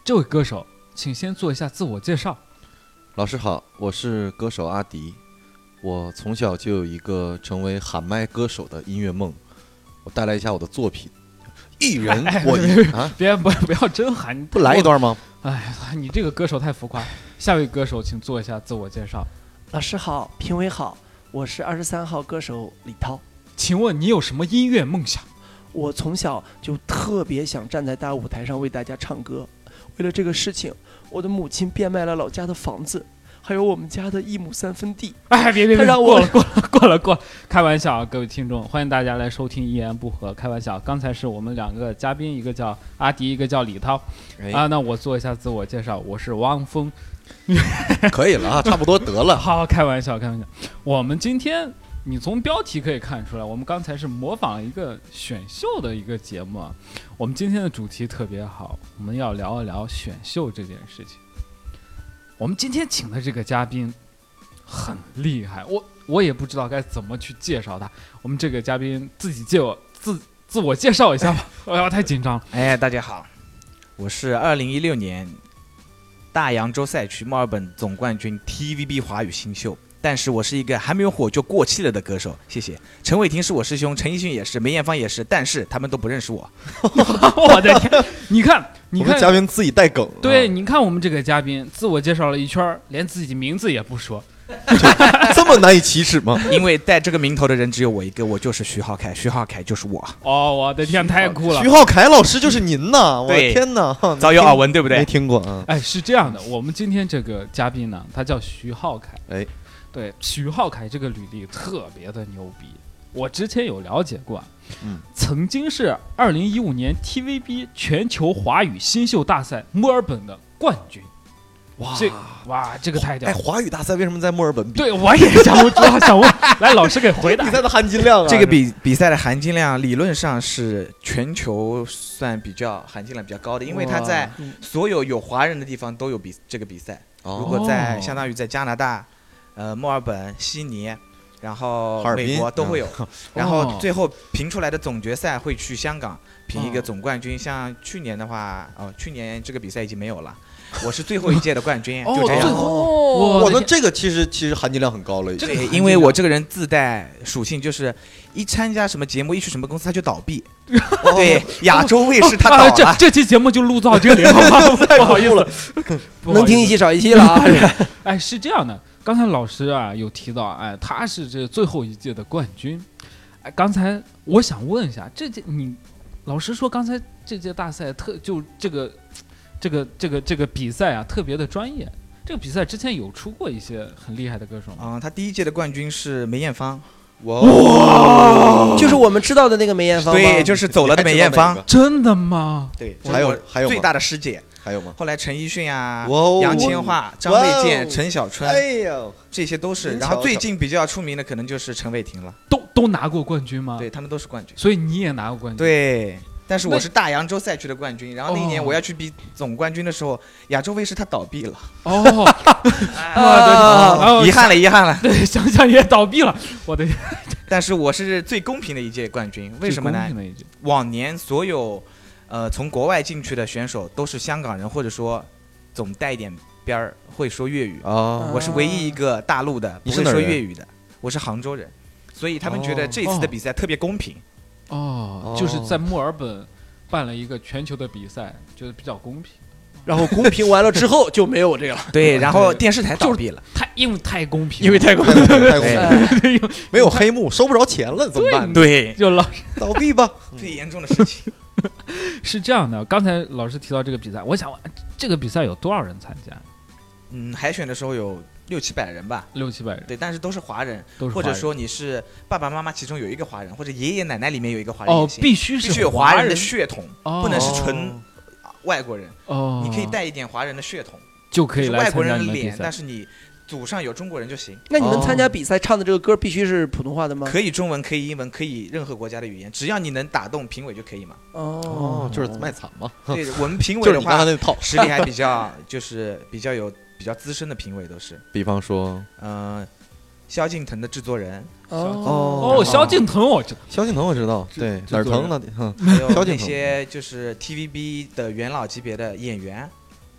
这位歌手，请先做一下自我介绍。 老师好，我是歌手阿迪。我从小就有一个成为喊麦歌手的音乐梦。我带来一下我的作品，一人我啊！ 不要真喊， 不来一段吗？ 哎，你这个歌手太浮夸。下位歌手，请做一下自我介绍。 老师好，评委好，我是23号歌手李涛。 请问你有什么音乐梦想？ 我从小就特别想站在大舞台上为大家唱歌。为了这个事情，我的母亲变卖了老家的房子，还有我们家的1亩3分地。 哎，别， 他让我过了，开玩笑啊，各位听众，欢迎大家来收听一言不合，开玩笑。刚才是我们2个嘉宾，一个叫阿迪，一个叫李涛。那我做一下自我介绍，我是汪峰。 可以了啊，差不多得了。 好，开玩笑。我们今天，你从标题可以看出来，我们刚才是模仿了一个选秀的一个节目。我们今天的主题特别好，我们要聊一聊选秀这件事情。我们今天请的这个嘉宾很厉害，我也不知道该怎么去介绍他。我们这个嘉宾自己自我介绍一下吧。我太紧张了。 哎，大家好，我是2016年大洋洲赛区墨尔本总冠军 TVB 华语新秀，但是我是一个还没有火就过气了的歌手。谢谢。陈伟霆是我师兄，陈奕迅也是，梅艳芳也是，但是他们都不认识我。 我的天，你看我们嘉宾自己带梗。 对，你看我们这个嘉宾自我介绍了一圈，连自己名字也不说。 这么难以启齿吗？ 因为带这个名头的人只有我一个，我就是徐浩凯，徐浩凯就是我。 哦，我的天，太酷了！ 徐浩凯老师就是您呐！我的天哪， 早有耳闻，对不对？ 没听过啊。 哎，是这样的，我们今天这个嘉宾呢，他叫徐浩凯。 哎， 对，徐浩凯这个履历特别的牛逼，我之前有了解过。曾经是2015年 TVB 全球华语新秀大赛墨尔本的冠军。哇，这个太屌了！ 哎，华语大赛为什么在墨尔本比？ 对，我也想问，来，老师给回答。 比赛的含金量啊， 这个比赛的含金量理论上是全球算比较含金量比较高的，因为它在所有有华人的地方都有这个比赛。如果在相当于在加拿大、墨尔本、悉尼，然后美国都会有，然后最后评出来的总决赛会去香港评一个总冠军。像去年的话，去年这个比赛已经没有了。我是最后一届的冠军，就这样。 我们这个其实含金量很高了。 对，因为我这个人自带属性，就是一参加什么节目，一去什么公司，他就倒闭。对，亚洲卫视他倒了。 这期节目就录到这里了，不好意思， 能听一期少一期了啊。 哎，是这样的，刚才老师啊有提到，哎，他是这最后一届的冠军。哎，刚才我想问一下，老师说刚才这届大赛这个比赛啊特别的专业。这个比赛之前有出过一些很厉害的歌手吗？ 他第一届的冠军是梅艳芳。 哇，就是我们知道的那个梅艳芳吗？ 对，就是走了的梅艳芳。 真的吗？ 对， 还有最大的师姐。 还有吗？ 后来陈奕迅啊、杨千嬅、张卫健、陈小春， 哎呦， 这些都是。然后最近比较出名的可能就是陈伟霆了。 都拿过冠军吗？ 对，他们都是冠军。 所以你也拿过冠军？ 对。但是我是大洋洲赛区的冠军，然后那一年我要去比总冠军的时候，亚洲卫视它倒闭了。遗憾了。 对，想想也倒闭了。我的天！ 但是我是最公平的一届冠军，为什么呢？往年所有从国外进去的选手都是香港人，或者说总带一点边儿，会说粤语。我是唯一一个大陆的不会说粤语的，我是杭州人，所以他们觉得这次的比赛特别公平。 就是在墨尔本办了一个全球的比赛，觉得比较公平。 然后公平完了之后就没有这个了。 对，然后电视台倒闭了， 因为太公平， 没有黑幕，收不着钱了怎么办？ 对， 就倒闭吧， 最严重的事情。 是这样的，刚才老师提到这个比赛，我想问，这个比赛有多少人参加？ 海选的时候有600-700人吧 ，600-700人， 对，但是都是华人，或者说你是爸爸妈妈其中有一个华人，或者爷爷奶奶里面有一个华人， 必须有华人的血统，不能是纯外国人。你可以带一点华人的血统， 就可以来外国人的脸，但是你祖上有中国人就行。 那你们参加比赛唱的这个歌必须是普通话的吗？ 可以中文，可以英文，可以任何国家的语言，只要你能打动评委就可以嘛。 就是卖惨嘛。 对，我们评委的话，实力还比较就是比较资深的评委都是。 比方说， 萧敬腾的制作人。 萧敬腾我知道，对，哪儿疼呢？ 还有那些就是 TVB 的元老级别的演员，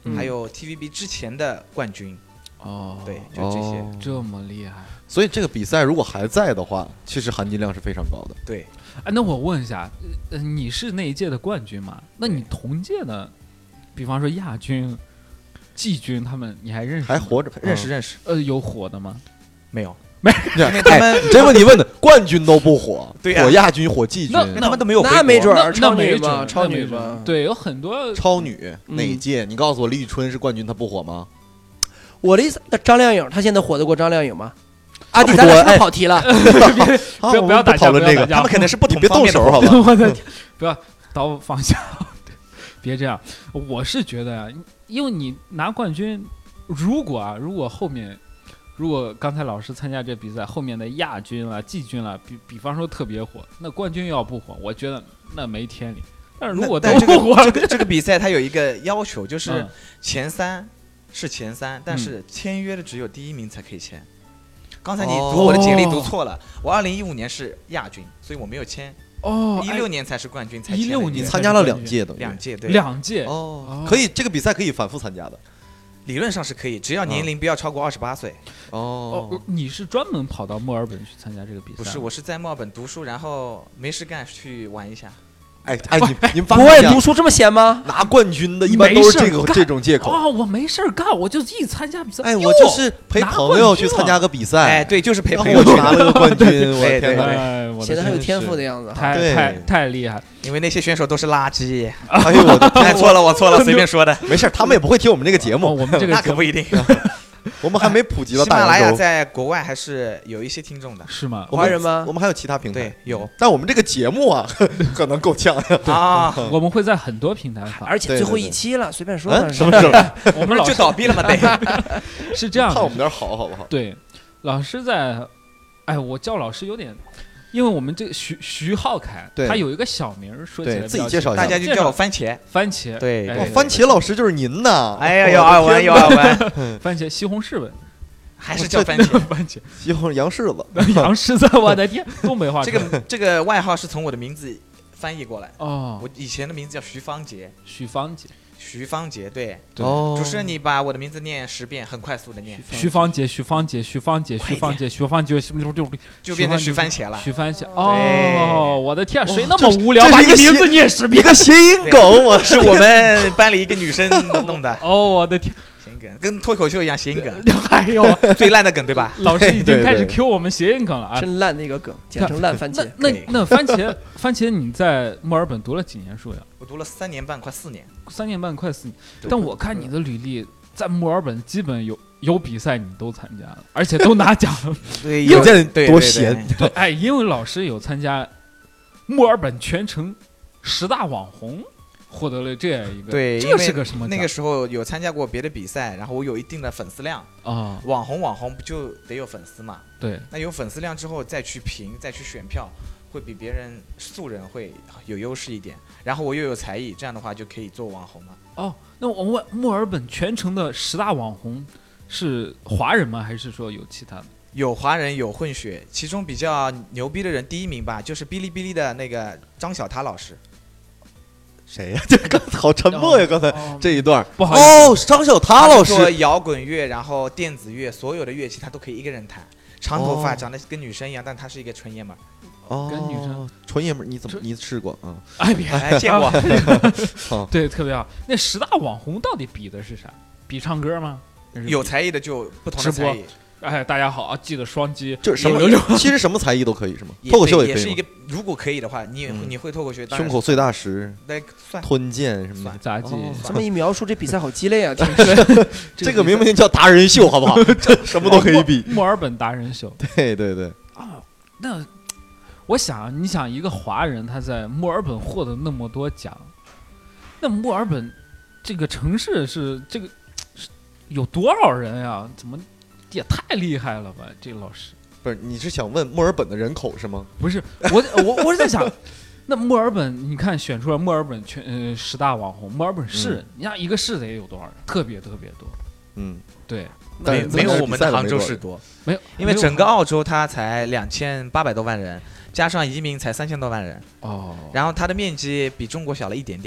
还有 TVB 之前的冠军。 哦， 对，就这些。 这么厉害。 所以这个比赛如果还在的话，其实含金量是非常高的。 对， 哎，那我问一下，你是那一届的冠军嘛？那你同届的，比方说亚军、季军，他们你还认识吗？ 还活着？ 认识。 有火的吗？ 没有， 没， 因为他们这问题问的，冠军都不火， 对呀火亚军、火季军， 他们都没有回国。 那没准儿那超没准女吧，超女吧那没准儿。对，有很多超女哪一届？你告诉我，李宇春是冠军，她不火吗？ 我的意思，那张靓颖她现在火得过张靓颖吗？ 差不多咱俩是不是哎跑题了？ 好不要打架讨论这个， 不要打架他们可能是不同你别动手好方面的火。 吧？ 我的天，不要把我放下，别这样。我是觉得呀，因为你拿冠军，如果后面，如果刚才老师参加这比赛，后面的亚军了、季军了，比方说特别火，那冠军要不火，我觉得那没天理。但是如果都但不火， 这个比赛它有一个要求，就是嗯前三是前三，但是签约的只有第一名才可以签。刚才你读我的简历读错了，我2015年是亚军，所以我没有签。 哦 16年才是冠军，才签的 16 你年参加了2届的， 两届，对， 两届哦，可以，这个比赛可以反复参加的。 理论上是可以，只要年龄不要超过28岁。 哦， 你是专门跑到墨尔本去参加这个比赛？ 不是，我是在墨尔本读书，然后没事干去玩一下。 哎，你们发国现外读书这么闲吗？ 拿冠军的一般都是这种借口。 哦，我没事儿干，我就一参加比赛。 哎，我就是陪朋友去参加个比赛， 哎，对，就是陪然朋友去后我拿了个冠军，我的天哪！ 哎，我的现在很有天真是赋的样子。 太厉害！ 因为那些选手都是垃圾。 哎呦我的哎，错了，我错了，随便说的。 没事，他们也不会听我们这个节哦目， 我们这个那可不一定。 我们还没普及到喜马拉雅大洋洲。 在国外还是有一些听众的。 是吗？ 我们华人吗我们还有其他平台对，，有但我们这个节目啊，可能够呛。 啊， 我们会在很多平台发， 而且最后一期了，随便说。 嗯，什么时候？ 我们老师就倒闭了嘛，得。 是这样的， 看我们点好，好不好？ 对，老师在，哎，我叫老师有点，因为我们这个徐浩凯， 对他有一个小名儿，说起来对自己比较介绍一下大家就叫我番茄。 番茄， 对哎哦，番茄老师就是您呐！ 哎呀，有耳闻，有耳闻， 番茄西红柿呗， 还是叫番茄。 番茄西红柿杨柿子， 杨柿子，我的天，东北话这个外号是从我的名字翻译过来。 哦， 我以前的名字叫徐芳杰， 许芳姐， 徐芳杰，对。 对哦， 主持人，你把我的名字念10遍，很快速的念， 徐芳姐，徐芳姐，徐芳姐，徐芳姐，徐芳姐， 就变成徐番茄了。 徐番茄，哦，我的天，谁那么这无聊把你这是一个名字念10 一遍？ 个谐音梗，我是我们班里一个女生弄的哦，我的天， 谐音梗，跟脱口秀一样谐音梗， 哎呦， 最烂的梗对吧？ 老师已经开始对 Q 我们谐音梗了啊！ 真烂的一个梗，简称烂番茄。 那番茄，你在墨尔本读了几年书呀我读了3年半，快4年。 ？3年半，快4年。但我看你的履历，在墨尔本基本有比赛你都参加了，而且都拿奖了。 对， 可见对多闲。 对，哎，因为老师有参加墨尔本全程10大网红，获得了这样一个， 对， 这是个什么奖？ 那个时候有参加过别的比赛，然后我有一定的粉丝量。 啊， 网红不就得有粉丝嘛？ 对， 那有粉丝量之后再去评，再去选票，会比别人素人会有优势一点。然后我又有才艺，这样的话就可以做网红嘛。 哦，那我问墨尔本全程的10大网红是华人吗？还是说有其他的？ 有华人，有混血，其中比较牛逼的人，第1名吧，就是哔哩哔哩的那个张小塔老师。 谁呀？这刚才好沉默呀！刚才这一段， 不好意思， 哦，张小塔老做师， 摇滚乐，然后电子乐，所有的乐器他都可以一个人弹。长头发， 哦长得跟女生一样，但他是一个纯爷们儿。 哦， 跟女生纯爷们儿，你试过啊？ 哎别， 哎，见过。 对，特别好。那10大网红到底比的是啥？比唱歌吗？ 有才艺的就不同的直播才艺， 哎，大家好啊，记得双击， 就是什么 666， 其实什么才艺都可以是吗？ 也脱口秀可以吗？ 也是一个，如果可以的话，你会脱口秀，当然胸口碎大石、 那算吞剑什么的。 杂技， 哦这么一描述，这比赛好鸡肋啊！听着这个明明叫达人秀，好不好？这什么都可以比。 墨尔本达人秀对对对， 啊。那我想，你想一个华人他在墨尔本获得那么多奖，那墨尔本这个城市是这个有多少人呀？怎么也太厉害了吧？这个老师不是，你是想问墨尔本的人口是吗？ 不是我是在想，那墨尔本你看选出来墨尔本10大网红，墨尔本市，你像一个市得有多少人？特别多。 嗯， 对， 但是没有我们的杭州市多， 没有， 因为整个澳洲它才2800多万人，加上移民才3000多万人， 哦， 然后它的面积比中国小了一点点。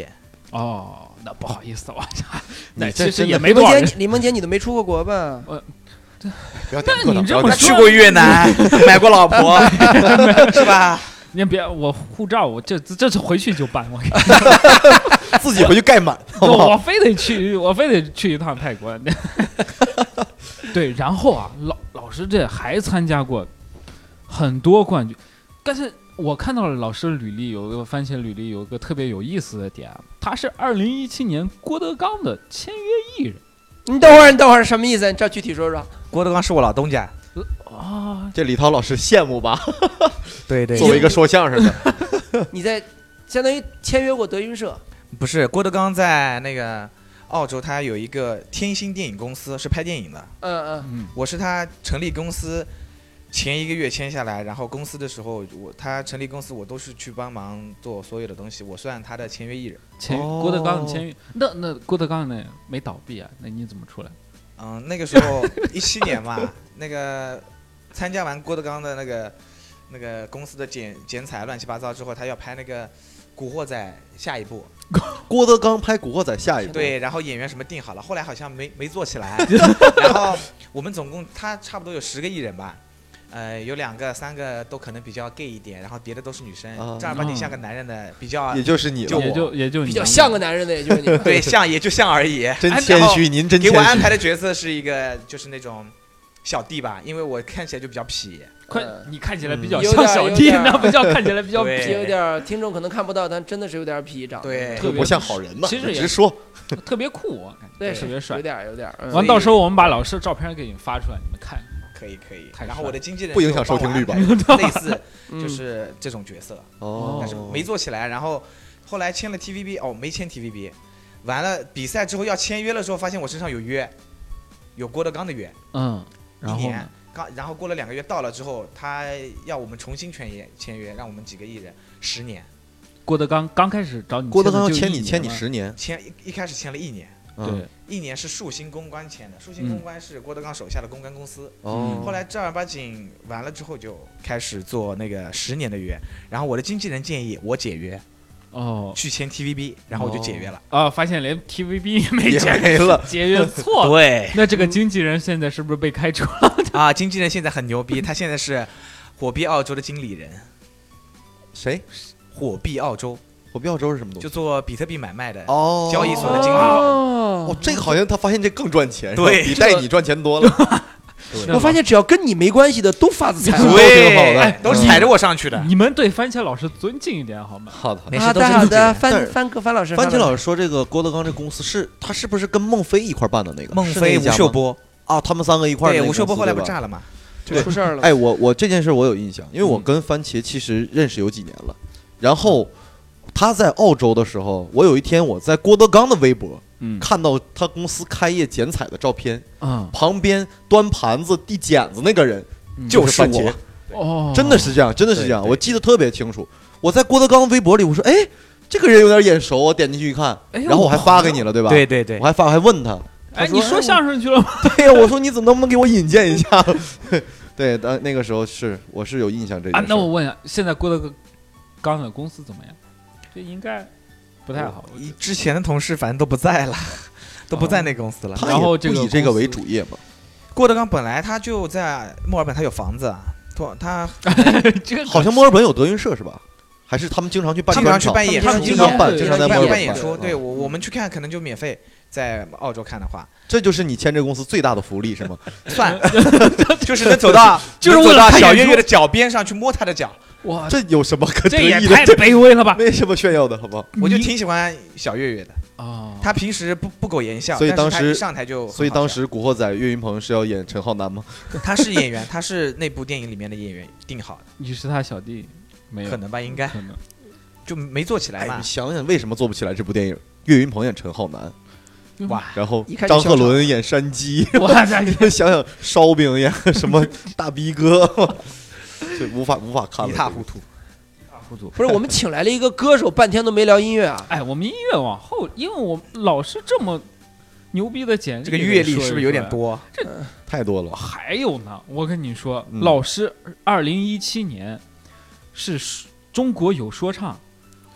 哦，那不好意思，我那你这其实也真的没多少人。 李梦洁，你都没出过国吧？ 不要点但破他， 你这么说不要点他去过越南，买过老婆，是吧？ 你别，我护照我这次回去就办，我自己回去盖满，好不好？ 我非得去一趟泰国。对，然后啊，老师这还参加过很多冠军，但是我看到了老师的履历，番茄履历有一个特别有意思的点，他是2017年郭德纲的签约艺人。 你等会儿，什么意思？你这具体说说。 郭德纲是我老东家， 啊， 这李涛老师羡慕吧？ 对对， 作为一个说相声的， 你在相当于签约过德云社。 不是郭德纲在那个澳洲，他有一个天星电影公司，是拍电影的。我是他成立公司前1个月签下来，然后公司的时候，他成立公司，我都是去帮忙做所有的东西，我算他的签约艺人。 郭德纲的签约，那郭德纲呢没倒闭啊？那你怎么出来？ 那个时候17年嘛，那个参加完郭德纲的那个公司的剪彩乱七八糟之后，他要拍那个《古惑仔》下一部。 郭德纲拍《古惑仔》下一部， 对，然后演员什么定好了，后来好像没做起来。然后我们总共他差不多有10个艺人吧，有2个3个都可能比较 gay 一点，然后别的都是女生，正儿八经像个男人的比较， 也就是你了， 也就比较像个男人的，也就是你。 对，像也就像而已。 真谦虚，您真谦虚。 给我安排的角色是一个就是那种小弟吧，因为我看起来就比较痞。 你看起来比较像小弟，那不叫看起来比较痞， 有点听众可能看不到，但真的是有点痞长。 对， 特别不像好人嘛。 其实直说， 特别酷，我感觉对， 特别帅， 有点。 完，到时候我们把老师的照片给你发出来，你们看。 可以。然后我的经纪人不影响收听率吧？ 类似就是这种角色但是没做起来。然后后来签了 TVB， 没签 TVB。完了比赛之后要签约的时候，发现我身上有约，有郭德纲的约。 然后 1年。然后过了2个月到了之后，他要我们重新签约，让我们几个艺人10年。 郭德纲刚开始找你， 郭德纲要签你10年， 一开始签了1年， 对 ，1年是树星公关签的，树星公关是郭德纲手下的公关公司。后来正儿八经完了之后，就开始做那个10年的约。然后我的经纪人建议我解约，去签 TVB， 然后我就解约了。 发现连 TVB 也没解了， 解约错了。 对， 那这个经纪人现在是不是被开除了？ 经纪人现在很牛逼，他现在是火币澳洲的经理人。 谁？ 火币澳洲是什么东西？ 就做比特币买卖的交易所的经理。 这个好像他发现这更赚钱， 对， 比带你赚钱多了。 我发现只要跟你没关系的都发财， 都挺好的， 都是踩着我上去的。 你们对番茄老师尊敬一点好吗？ 好的， 好的。范老师， 番茄老师说这个郭德纲这公司他是不是跟孟非一块办的那个？ 孟非、吴秀波他们3个一块。 对，吴秀波后来不炸了吗？ 就出事了。 哎，我这件事我有印象，因为我跟番茄其实认识有几年了。然后他在澳洲的时候，我有一天我在郭德纲的微博。看到他公司开业剪彩的照片，旁边端盘子递剪子那个人就是番茄，真的是这样，真的是这样，我记得特别清楚。我在郭德纲微博里，我说，哎，这个人有点眼熟，我点进去一看，然后我还发给你了，对吧？ 对， 我还问他， 你说相声去了吗？ 对呀，我说你怎么能不能给我引荐一下？对，那个时候我是有印象这件事。 那我问一下，现在郭德纲的公司怎么样？这应该。不太好， 之前的同事反正都不在了，都不在那公司了。 然后不以这个为主业嘛。 郭德纲本来他就在墨尔本，他有房子，他好像墨尔本有德云社是吧？还是他们经常去办专场？ 经常去办演出， 他们经常在墨尔本办演出。对，我们去看可能就免费，在澳洲看的话， 这就是你签这公司最大的福利是吗？ 算，就是能走到，就是为了小岳岳的脚边上去摸他的脚。 哇，这有什么可得意的？ 这也太卑微了吧？ 没什么炫耀的，好不好？ 我就挺喜欢小岳岳的他平时不苟言笑， 所以当时上台就， 所以当时《古惑仔》岳云鹏是要演陈浩南吗？ 他是演员，他是那部电影里面的演员定好的。 你是他小弟？没有， 可能吧，应该可能就没做起来嘛。 你想想为什么做不起来这部电影？岳云鹏演陈浩南， 哇， 然后张鹤伦演山鸡， 哇， 想想烧饼演什么大逼哥，这无法看了， 一塌糊涂。 不是，我们请来了一个歌手，半天都没聊音乐啊！ 哎，我们音乐往后，因为我们老是这么牛逼的简历， 这个阅历是不是有点多？ 这太多了。 还有呢，我跟你说，老师2017年是中国有说唱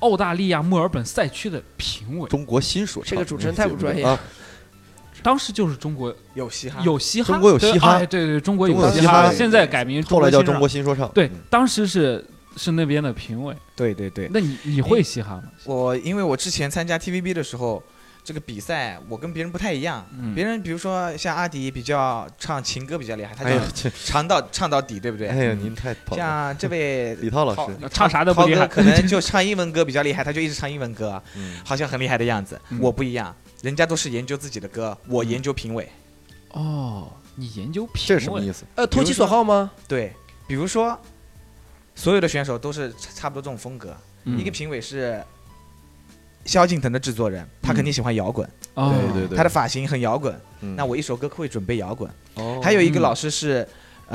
澳大利亚墨尔本赛区的评委。 中国新说唱， 这个主持人太不专业啊！ 当时就是中国有嘻哈， 有嘻哈， 中国有嘻哈， 对，中国有嘻哈，现在改名后来叫中国新说唱。 对，当时是那边的评委。 对。 那你会嘻哈吗？ 因为我之前参加 TVB 的时候，这个比赛我跟别人不太一样。别人比如说像阿迪比较唱情歌比较厉害，他就唱到底，对不对？ 哎呀，您太跑了。 像这位李涛老师唱啥都不厉害， 可能就唱英文歌比较厉害，他就一直唱英文歌，好像很厉害的样子。我不一样。人家都是研究自己的歌，我研究评委。 哦，你研究评委， 这是什么意思？ 投其所好吗？ 对，比如说，所有的选手都是差不多这种风格。一个评委是萧敬腾的制作人，他肯定喜欢摇滚。 对， 他的发型很摇滚。那我一首歌会准备摇滚。还有一个老师是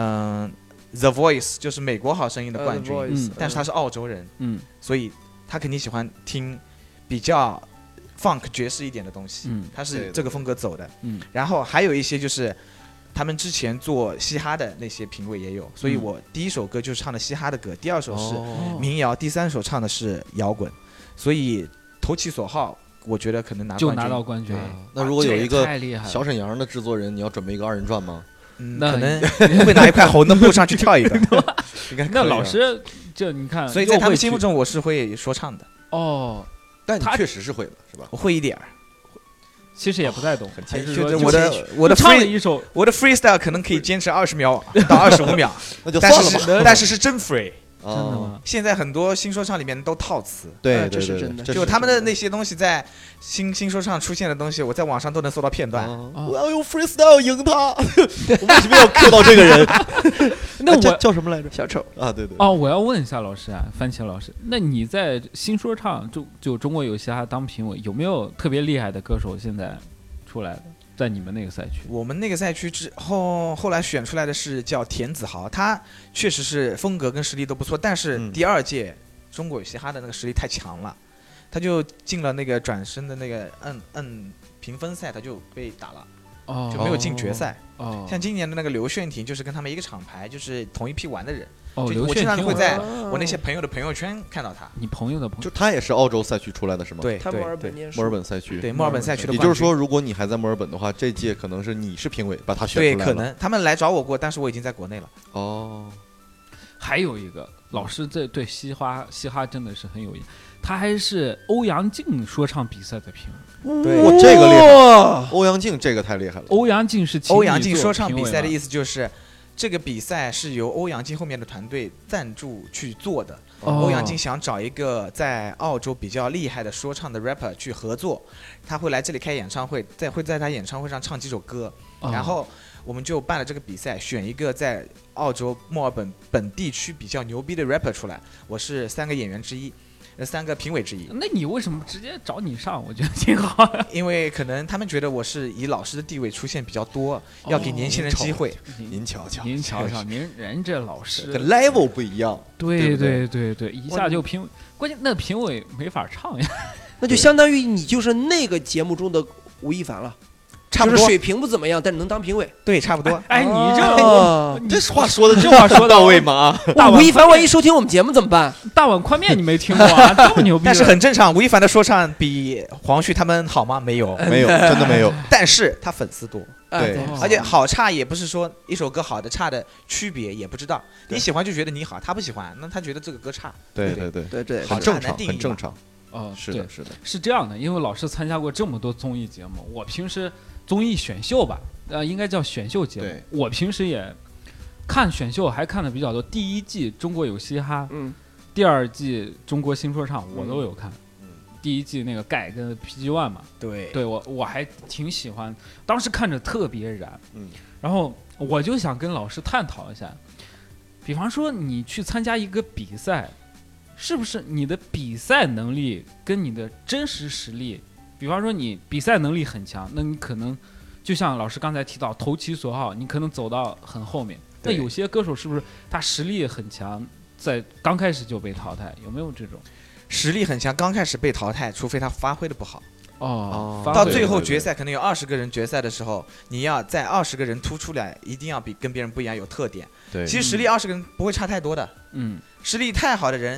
The Voice， 就是美国好声音的冠军，但是他是澳洲人。所以他肯定喜欢听比较funk 爵士一点的东西，他是这个风格走的。然后还有一些就是他们之前做嘻哈的那些评委也有，所以我第一首歌就是唱的嘻哈的歌，第二首是民谣，第三首唱的是摇滚，所以投其所好，我觉得可能就拿到冠军。 那如果有一个小沈阳的制作人，你要准备一个二人转吗？ 可能会拿一块红的布上去跳一个。 那老师这你看， 所以在他们心目中我是会说唱的。 哦。但你确实是会的，是吧？ 我会一点儿， 其实也不太懂。 还是说我的唱了一首， 我的 freestyle 可能可以坚持20秒到25秒， 那就算了吧。但是是真 free。 真的吗？ 现在很多新说唱里面都套词， 对， 这是真的。 就他们的那些东西，在新说唱出现的东西，我在网上都能搜到片段。 我要用 freestyle 赢他，我为什么要 Q 到这个人？ 那我叫什么来着？ 小丑啊，对。 哦，我要问一下老师啊，番茄老师，那你在新说唱就中国有嘻哈当评委，有没有特别厉害的歌手现在出来的？在你们那个赛区， 我们那个赛区后来选出来的是叫田子豪，他确实是风格跟实力都不错，但是第二届中国有嘻哈的那个实力太强了，他就进了那个转身的那个评分赛，他就被打了，就没有进决赛。像今年的那个刘炫廷，就是跟他们一个厂牌，就是同一批玩的人。我经常会在我那些朋友的朋友圈看到他。 你朋友的朋友， 就他也是澳洲赛区出来的是吗？ 对， 他墨尔本念书。 墨尔本赛区， 对，墨尔本赛区的冠军。 也就是说，如果你还在墨尔本的话，这届可能是你是评委把他选出来了。 对，可能他们来找我过，但是我已经在国内了。 还有一个老师对嘻哈真的是很有意，他还是欧阳靖说唱比赛的评委。 对，这个厉害。欧阳靖这个太厉害了。 欧阳靖是欧阳靖说唱比赛的意思就是。这个比赛是由欧阳靖后面的团队赞助去做的。欧阳靖想找一个在澳洲比较厉害的说唱的 rapper 去合作，他会来这里开演唱会，会在他演唱会上唱几首歌，然后我们就办了这个比赛，选一个在澳洲墨尔本本地区比较牛逼的 rapper 出来，我是3个演员之一。3个评委之一。 那你为什么直接找你上？我觉得挺好的。 因为可能他们觉得我是以老师的地位出现比较多，要给年轻人机会。 您瞧瞧， 您人这老师跟 level 不一样。 对，一下就评委，关键那评委没法唱呀。 那就相当于你就是那个节目中的吴亦凡了。 差不多， 就是水平不怎么样，但是能当评委。 对，差不多。 哎，你这话说的这话说到位吗？ 吴亦凡万一收听我们节目怎么办？ 大碗宽面你没听过啊？这么牛逼！ 但是很正常，吴亦凡的说唱比黄旭他们好吗？没有， 真的没有。 但是他粉丝多， 对， 而且好差也不是说一首歌好的差的区别也不知道。你喜欢就觉得你好，他不喜欢，那他觉得这个歌差。 对，很正常，很正常。是的， 是这样的，因为老师参加过这么多综艺节目，我平时综艺选秀吧，应该叫选秀节目。我平时也看选秀，还看的比较多。第一季《中国有嘻哈》，第二季《中国新说唱》，我都有看。第一季那个盖跟 PG One 嘛，对我还挺喜欢，当时看着特别燃。然后我就想跟老师探讨一下，比方说你去参加一个比赛。是不是你的比赛能力跟你的真实实力，比方说你比赛能力很强，那你可能就像老师刚才提到投其所好，你可能走到很后面。那有些歌手是不是他实力很强，在刚开始就被淘汰？有没有这种实力很强刚开始被淘汰？除非他发挥的不好。 到最后决赛可能有20个人决赛的时候，你要在20个人突出来，一定要比跟别人不一样，有特点。 对， 其实实力20个人不会差太多的。实力太好的人。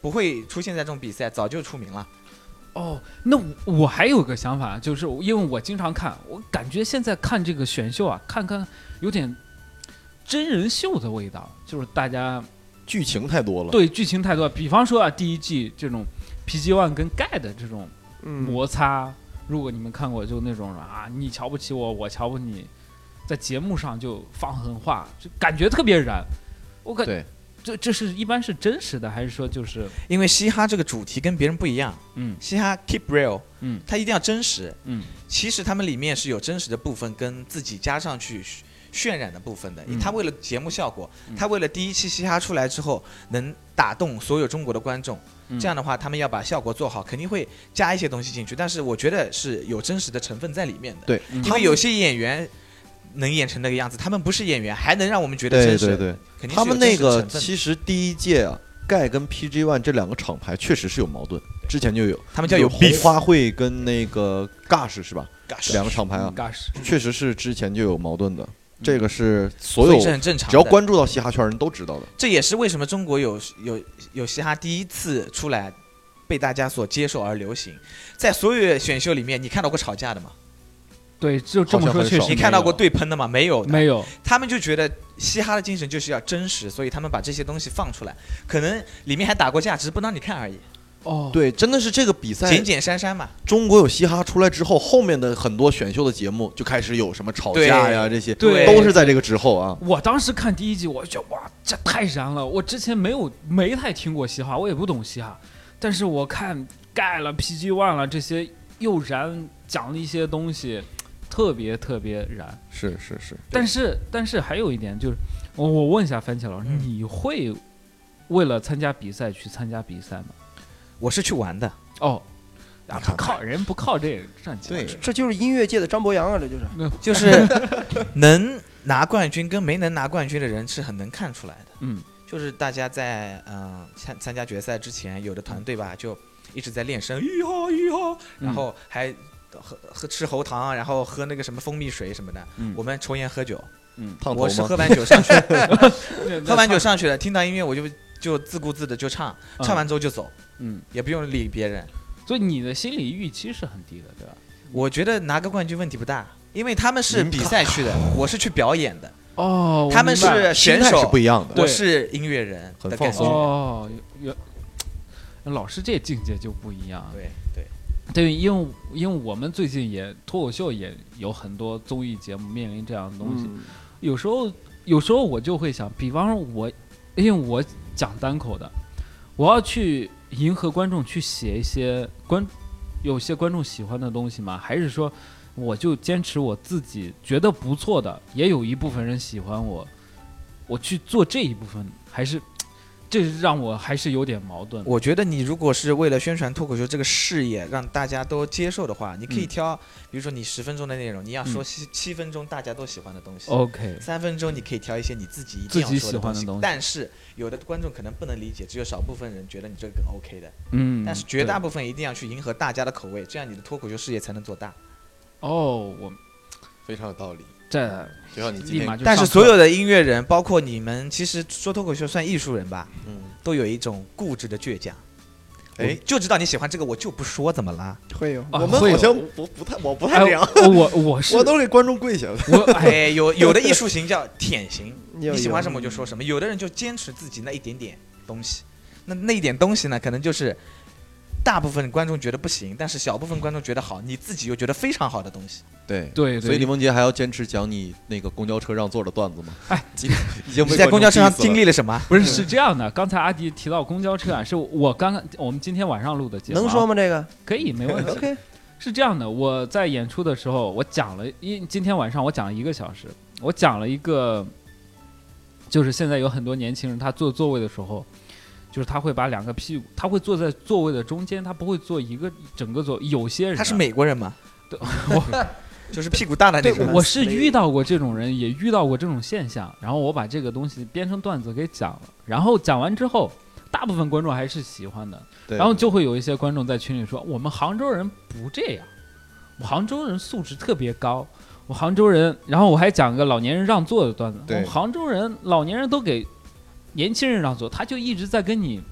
不会出现在这种比赛，早就出名了。 哦，那我还有个想法，就是因为我经常看，我感觉现在看这个选秀啊，看有点真人秀的味道，就是大家剧情太多了。 对，剧情太多。比方说啊，第一季这种 PG1 跟盖的这种摩擦，如果你们看过，就那种啊，你瞧不起我，我瞧不你，在节目上就放狠话，就感觉特别燃。我感对。 这是一般是真实的，还是说就是因为嘻哈这个主题跟别人不一样？嘻哈 keep real，它一定要真实。其实他们里面是有真实的部分跟自己加上去渲染的部分的。他为了节目效果，他为了第一期嘻哈出来之后能打动所有中国的观众，这样的话他们要把效果做好，肯定会加一些东西进去。但是我觉得是有真实的成分在里面的。 对， 因为有些演员能演成那个样子，他们不是演员，还能让我们觉得真实。 对，他们那个其实第一届啊，盖跟 PG1 这两个厂牌确实是有矛盾，之前就有， 他们叫有红花会跟那个 Gush 是吧？ Gush 两个厂牌啊，确实是之前就有矛盾的。这个是所有很正常， 只要关注到嘻哈圈人都知道的。 这也是为什么中国有嘻哈第一次出来被大家所接受而流行。在所有选秀里面，你看到过吵架的吗？ 对，就这么说确实。 你看到过对喷的吗？没有， 没有。 他们就觉得嘻哈的精神就是要真实，所以他们把这些东西放出来，可能里面还打过架，只是不让你看而已。 哦， 对，真的是这个比赛简简单单嘛。 中国有嘻哈出来之后，后面的很多选秀的节目就开始有什么吵架呀，这些对都是在这个之后啊。 我当时看第一集，我就觉得哇，这太燃了！我之前没太听过嘻哈，我也不懂嘻哈，但是我看盖了 PG1 了这些又燃，讲了一些东西，特别特别燃。 是。 但是还有一点就是，我问一下番茄老师，你会为了参加比赛去参加比赛吗？ 我是去玩的哦，不靠这个赚钱。 对， 这就是音乐界的张博洋啊，这就是能拿冠军跟没能拿冠军的人是很能看出来的。就是大家在参加决赛之前，有的团队吧就一直在练声，然后还喝吃喉糖，然后喝那个什么蜂蜜水什么的。我们抽烟喝酒。我是喝完酒上去喝完酒上去了，听到音乐我就自顾自的就唱完之后就走。也不用理别人， 所以你的心理预期是很低的，对吧？ 我觉得拿个冠军问题不大，因为他们是比赛去的，我是去表演的。 哦， 他们是选手是不一样的， 我是音乐人， 很放松。 哦，老师这境界就不一样。 对， 因为我们最近也脱口秀也有很多综艺节目面临这样的东西，有时候我就会想，比方说因为我讲单口的。我要去迎合观众，去写一些有些观众喜欢的东西吗？还是说我就坚持我自己觉得不错的，也有一部分人喜欢我去做这一部分，还是这让我还是有点矛盾。 我觉得你如果是为了宣传脱口秀这个事业让大家都接受的话，你可以挑，比如说你10分钟的内容，你要说7分钟大家都喜欢的东西。 OK， 3分钟你可以挑一些你自己一定要说喜欢的东西。 但是有的观众可能不能理解，只有少部分人觉得你这个 OK 的。但是绝大部分一定要去迎合大家的口味，这样你的脱口秀事业才能做大。 哦，我非常有道理。 这就像你今天， 但是所有的音乐人，包括你们，其实说脱口秀算艺术人吧，都有一种固执的倔强。就知道你喜欢这个，我就不说，怎么啦？ 会有， 我们好像我不太这样。我都给观众跪下了。 有的艺术型叫舔型，你喜欢什么我就说什么。有的人就坚持自己那一点点东西，那一点东西呢，可能就是大部分观众觉得不行，但是小部分观众觉得好，你自己又觉得非常好的东西。 对，所以李梦洁还要坚持讲你那个公交车让座的段子吗？已经你在公交车上经历了什么？ 不是这样的，刚才阿迪提到公交车啊，是我们今天晚上录的节目， 能说吗？这个可以，没问题。 OK， 是这样的，我在演出的时候，我讲了今天晚上我讲了1个小时，我讲了一个，就是现在有很多年轻人他坐座位的时候。就是他会把2个屁股，他会坐在座位的中间，他不会坐整个座。有些人他是美国人吗？对，就是屁股大的那种。 我是遇到过这种人，也遇到过这种现象。然后我把这个东西编成段子给讲了，然后讲完之后，大部分观众还是喜欢的。然后就会有一些观众在群里说：“我们杭州人不这样，我杭州人素质特别高。我杭州人，然后我还讲个老年人让座的段子。我杭州人老年人都给。”年轻人让座，他就一直在跟你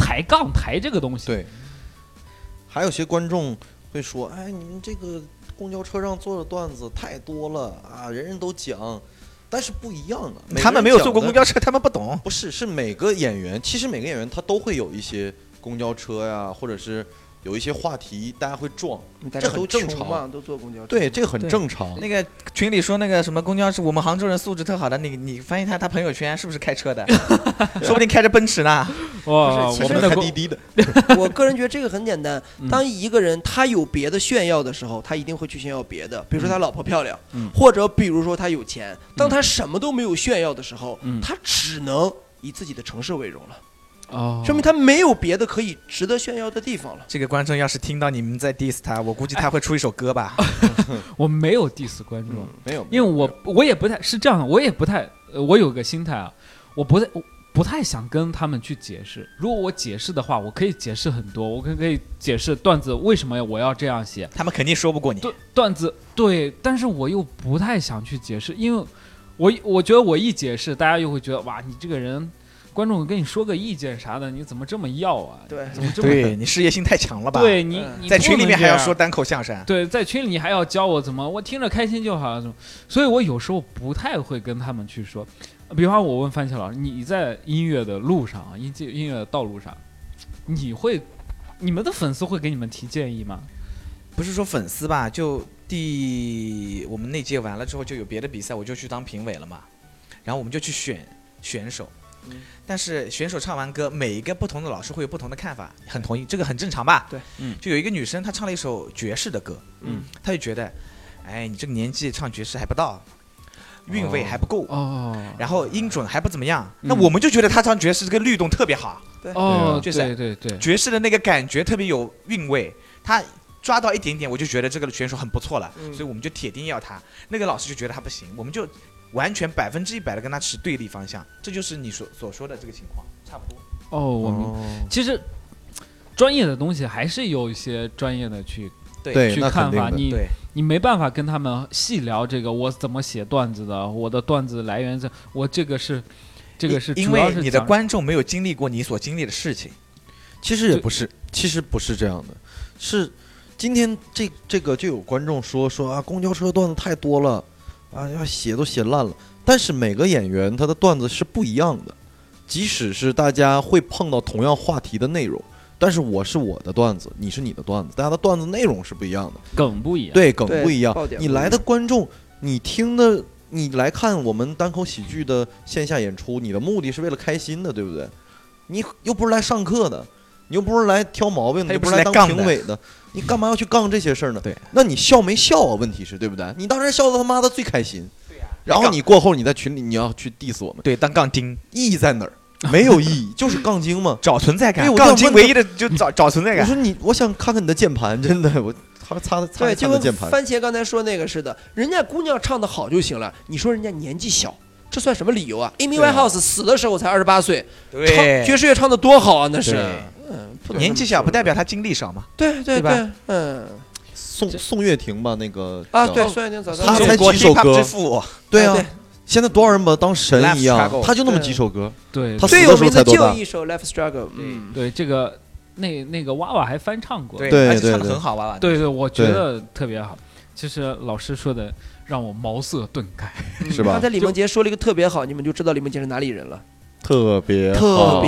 抬杠抬这个东西。 对，还有些观众会说，哎，你们这个公交车上做的段子太多了啊，人人都讲。但是不一样啊， 他们没有坐过公交车，他们不懂。 不是，是每个演员，其实每个演员他都会有一些公交车呀，或者是有一些话题大家会撞，这很正常嘛，都坐公交车。 对，这个很正常。 那个群里说那个什么公交车，我们杭州人素质特好的，你翻译他朋友圈是不是开车的？说不定开着奔驰呢。 哇， 我们开滴滴的。 我个人觉得这个很简单，当一个人他有别的炫耀的时候，他一定会去炫耀别的，比如说他老婆漂亮，或者比如说他有钱。当他什么都没有炫耀的时候，他只能以自己的城市为荣了。说明他没有别的可以值得炫耀的地方了。 这个观众要是听到你们在 diss 他，我估计他会出一首歌吧。 我没有 diss 观众， 没有， 因为我也不太是这样的，我也不太，我有个心态啊，我不太想跟他们去解释。如果我解释的话，我可以解释很多，我可以解释段子为什么我要这样写， 他们肯定说不过你。 段子对，但是我又不太想去解释，因为我觉得我一解释，大家又会觉得哇，你这个人。观众跟你说个意见啥的，你怎么这么要啊？ 对， 怎么这么对你事业心太强了吧？ 对你在群里面还要说单口相声， 对，在群里你还要教我怎么，我听着开心就好了。所以我有时候不太会跟他们去说。比方我问番茄老师，你在音乐的路上啊，音乐的道路上，你们的粉丝会给你们提建议吗？ 不是说粉丝吧，就我们那届完了之后就有别的比赛，我就去当评委了嘛，然后我们就去选手。但是选手唱完歌，每一个不同的老师会有不同的看法，很同意，这个很正常吧？ 对， 就有一个女生，她唱了一首爵士的歌，她就觉得，哎，你这个年纪唱爵士还不到，韵味还不够，然后音准还不怎么样，那我们就觉得她唱爵士这个律动特别好， 就是对， 爵士的那个感觉特别有韵味，她抓到一点点，我就觉得这个选手很不错了，所以我们就铁定要她。那个老师就觉得她不行，我们就。完全100%的跟他持对立方向，这就是你所说的这个情况，差不多。 我明白。其实专业的东西还是有一些专业的去看法，你没办法跟他们细聊这个我怎么写段子的，我的段子来源我这个是因为你的观众没有经历过你所经历的事情。 其实也不是，其实不是这样的，是今天这个就有观众说啊，公交车段子太多了。啊，要写都写烂了，但是每个演员他的段子是不一样的，即使是大家会碰到同样话题的内容，但是我是我的段子，你是你的段子，大家的段子内容是不一样的， 梗不一样， 对，梗不一样。你来的观众，你来看我们单口喜剧的线下演出，你的目的是为了开心的，对不对？你又不是来上课的，你又不是来挑毛病的， 又不是来当评委的，你干嘛要去杠这些事儿呢？ 对， 那你笑没笑啊？问题是对不对？你当然笑得他妈的最开心。 对呀。 然后你过后你在群里你要去 diss 我们， 对，当杠精， 意义在哪儿？没有意义，就是杠精嘛， 找存在感。杠精唯一的就找存在感。 我说我想看看你的键盘，真的，我擦对， 就跟番茄刚才说那个似的，人家姑娘唱得好就行了，你说人家年纪小。这算什么理由啊 ？Amy Winehouse 死的时候才28岁， 对， 爵士乐唱得多好啊！那是， 年纪小不代表他经历少嘛， 对吧？ 宋岳庭吧，那个啊，对，宋岳庭早他才几首歌，对啊，现在多少人把他当神一样，他就那么几首歌， 对， 他死的时候才多大？ 就一首 Life Struggle， 对，这个那个娃娃还翻唱过， 对，而且唱得很好，娃娃， 对，我觉得特别好。其实老师说的让我茅塞顿开， 是吧？ 刚才李梦洁说了一个特别好，你们就知道李梦洁是哪里人了。 特别好，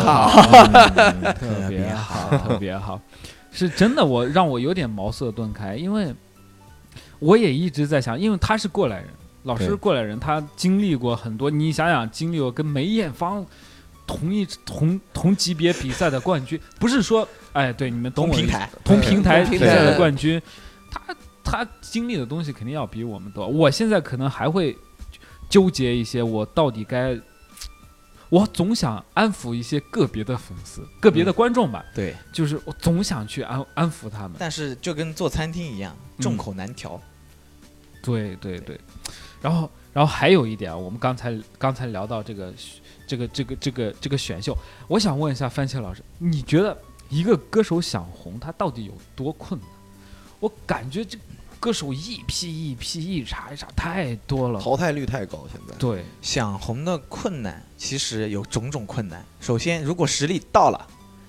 特别好，是真的，让我有点茅塞顿开，因为我也一直在想，因为他是过来人，老师是过来人，他经历过很多，你想想，经历过跟梅艳芳同级别比赛的冠军，不是说，哎，对，你们懂我，同平台比赛的冠军，他经历的东西肯定要比我们多。我现在可能还会纠结一些，我到底我总想安抚一些个别的粉丝、个别的观众吧。 对， 就是我总想去安抚他们。 但是就跟做餐厅一样，众口难调。 对。然后还有一点，我们刚才聊到这个选秀，我想问一下番茄老师，你觉得一个歌手想红，他到底有多困难？我感觉这歌手一批一茬太多了， 淘汰率太高。现在对想红的困难其实有种种困难。首先，如果实力到了，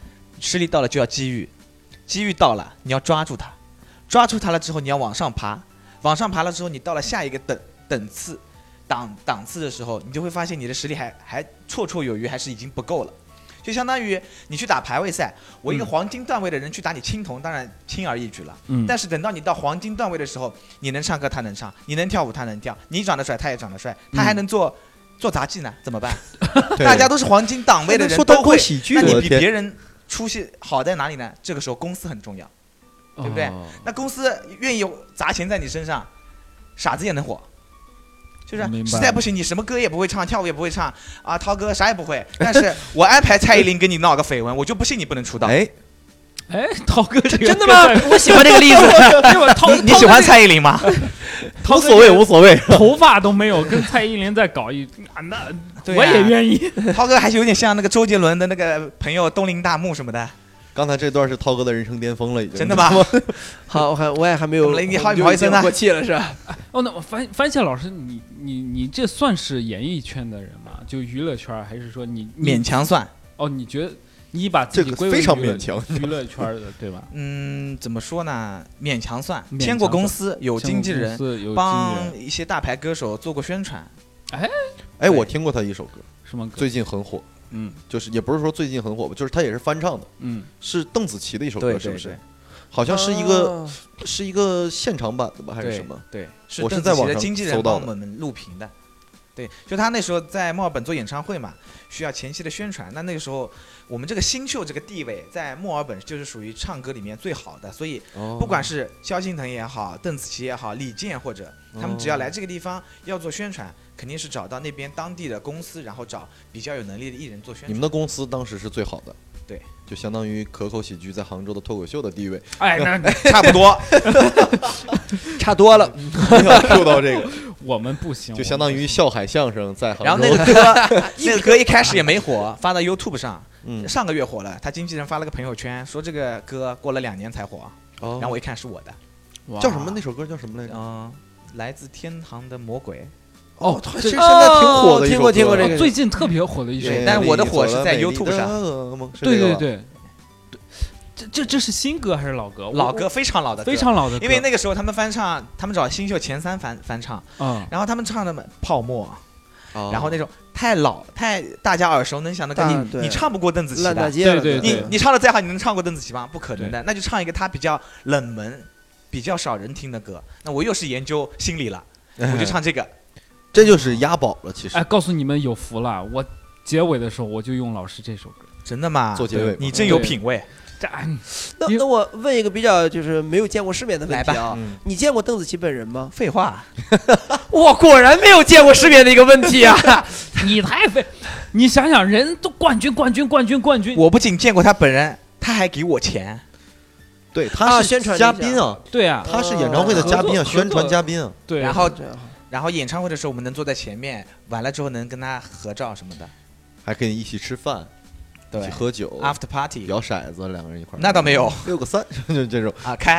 实力到了就要机遇，机遇到了你要抓住它，抓住它了之后你要往上爬，往上爬了之后你到了下一个档次的时候，你就会发现你的实力还绰绰有余，还是已经不够了。就相当于你去打排位赛，我一个黄金段位的人去打你青铜，当然轻而易举了。但是等到你到黄金段位的时候，你能唱歌他能唱，你能跳舞他能跳，你长得帅他也长得帅，他还能做杂技呢，怎么办？大家都是黄金档位的人都会喜剧，那你比别人出息好在哪里呢？这个时候公司很重要，对不对？那公司愿意砸钱在你身上，傻子也能火。就是实在不行，你什么歌也不会唱，跳舞也不会唱啊，涛哥啥也不会。但是我安排蔡依林跟你闹个绯闻，我就不信你不能出道。 哎，涛哥这个真的吗？我喜欢这个例子。 你喜欢蔡依林吗？ 无所谓， 头发都没有，跟蔡依林再搞那我也愿意。 涛哥还是有点像那个周杰伦的那个朋友东林大木什么的。 刚才这段是涛哥的人生巅峰了，已经。 真的吗？ 好，我也还没有。 你好意思呢？ 过气了是吧？ 那我番茄老师，你这算是演艺圈的人吗？就娱乐圈，还是说你勉强算？ 你觉得你把自己归为非常勉强娱乐圈的，对吧？ 怎么说呢？勉强算，签过公司，有经纪人，帮一些大牌歌手做过宣传。 我听过他一首歌， 什么歌？ 最近很火。就是也不是说最近很火吧，就是他也是翻唱的。是邓紫棋的一首歌，是不是？好像是一个现场版的吧，还是什么？ 对， 我是在网上经纪人帮我们录屏的。对，就他那时候在墨尔本做演唱会嘛，需要前期的宣传。那个时候我们这个新秀这个地位在墨尔本就是属于唱歌里面最好的，所以不管是萧敬腾也好，邓紫棋也好，李健或者他们只要来这个地方要做宣传，肯定是找到那边当地的公司，然后找比较有能力的艺人做宣传。 你们的公司当时是最好的， 对， 就相当于可口喜剧在杭州的脱口秀的地位。 那差不多， 差多了。 没有 Q 到这个， 我们不行， 就相当于笑海相声在杭州。 然后那个歌一开始也没火，发到 YouTube 上，上个月火了。他经纪人发了个朋友圈，说这个歌过了2年才火。然后我一看是我的， 叫什么？那首歌叫什么来着？ 来自天堂的魔鬼。 这现在挺火的一首歌， 听过这个， 最近特别火的一首。 但是我的火是在 YouTube 上。 对。这是新歌还是老歌？ 老歌，非常老的歌， 非常老的歌。 因为那个时候他们翻唱，他们找新秀前3翻唱，然后他们唱的泡沫，然后那种太老太大家耳熟能详的歌，你唱不过邓紫棋的， 对， 你唱的再好，你能唱过邓紫棋吗？不可能的，那就唱一个他比较冷门、比较少人听的歌。那我又是研究心理了，我就唱这个， 这就是押宝了。其实， 告诉你们有福了，我结尾的时候我就用老师这首歌。 真的吗？ 做结尾， 你真有品味。 那我问一个比较就是没有见过世面的问题啊，你见过邓紫棋本人吗？ 废话， 我果然没有见过世面的一个问题啊！ 你太废，你想想，人都冠军， 我不仅见过他本人，他还给我钱。 对，他是宣传嘉宾啊， 对啊， 他是演唱会的嘉宾啊，宣传嘉宾啊。 对， 然后演唱会的时候我们能坐在前面，完了之后能跟他合照什么的， 还可以一起吃饭。一起喝酒 ，after party， 摇骰子，2个人一块儿。 那倒没有 ，6个3，就这种啊，开。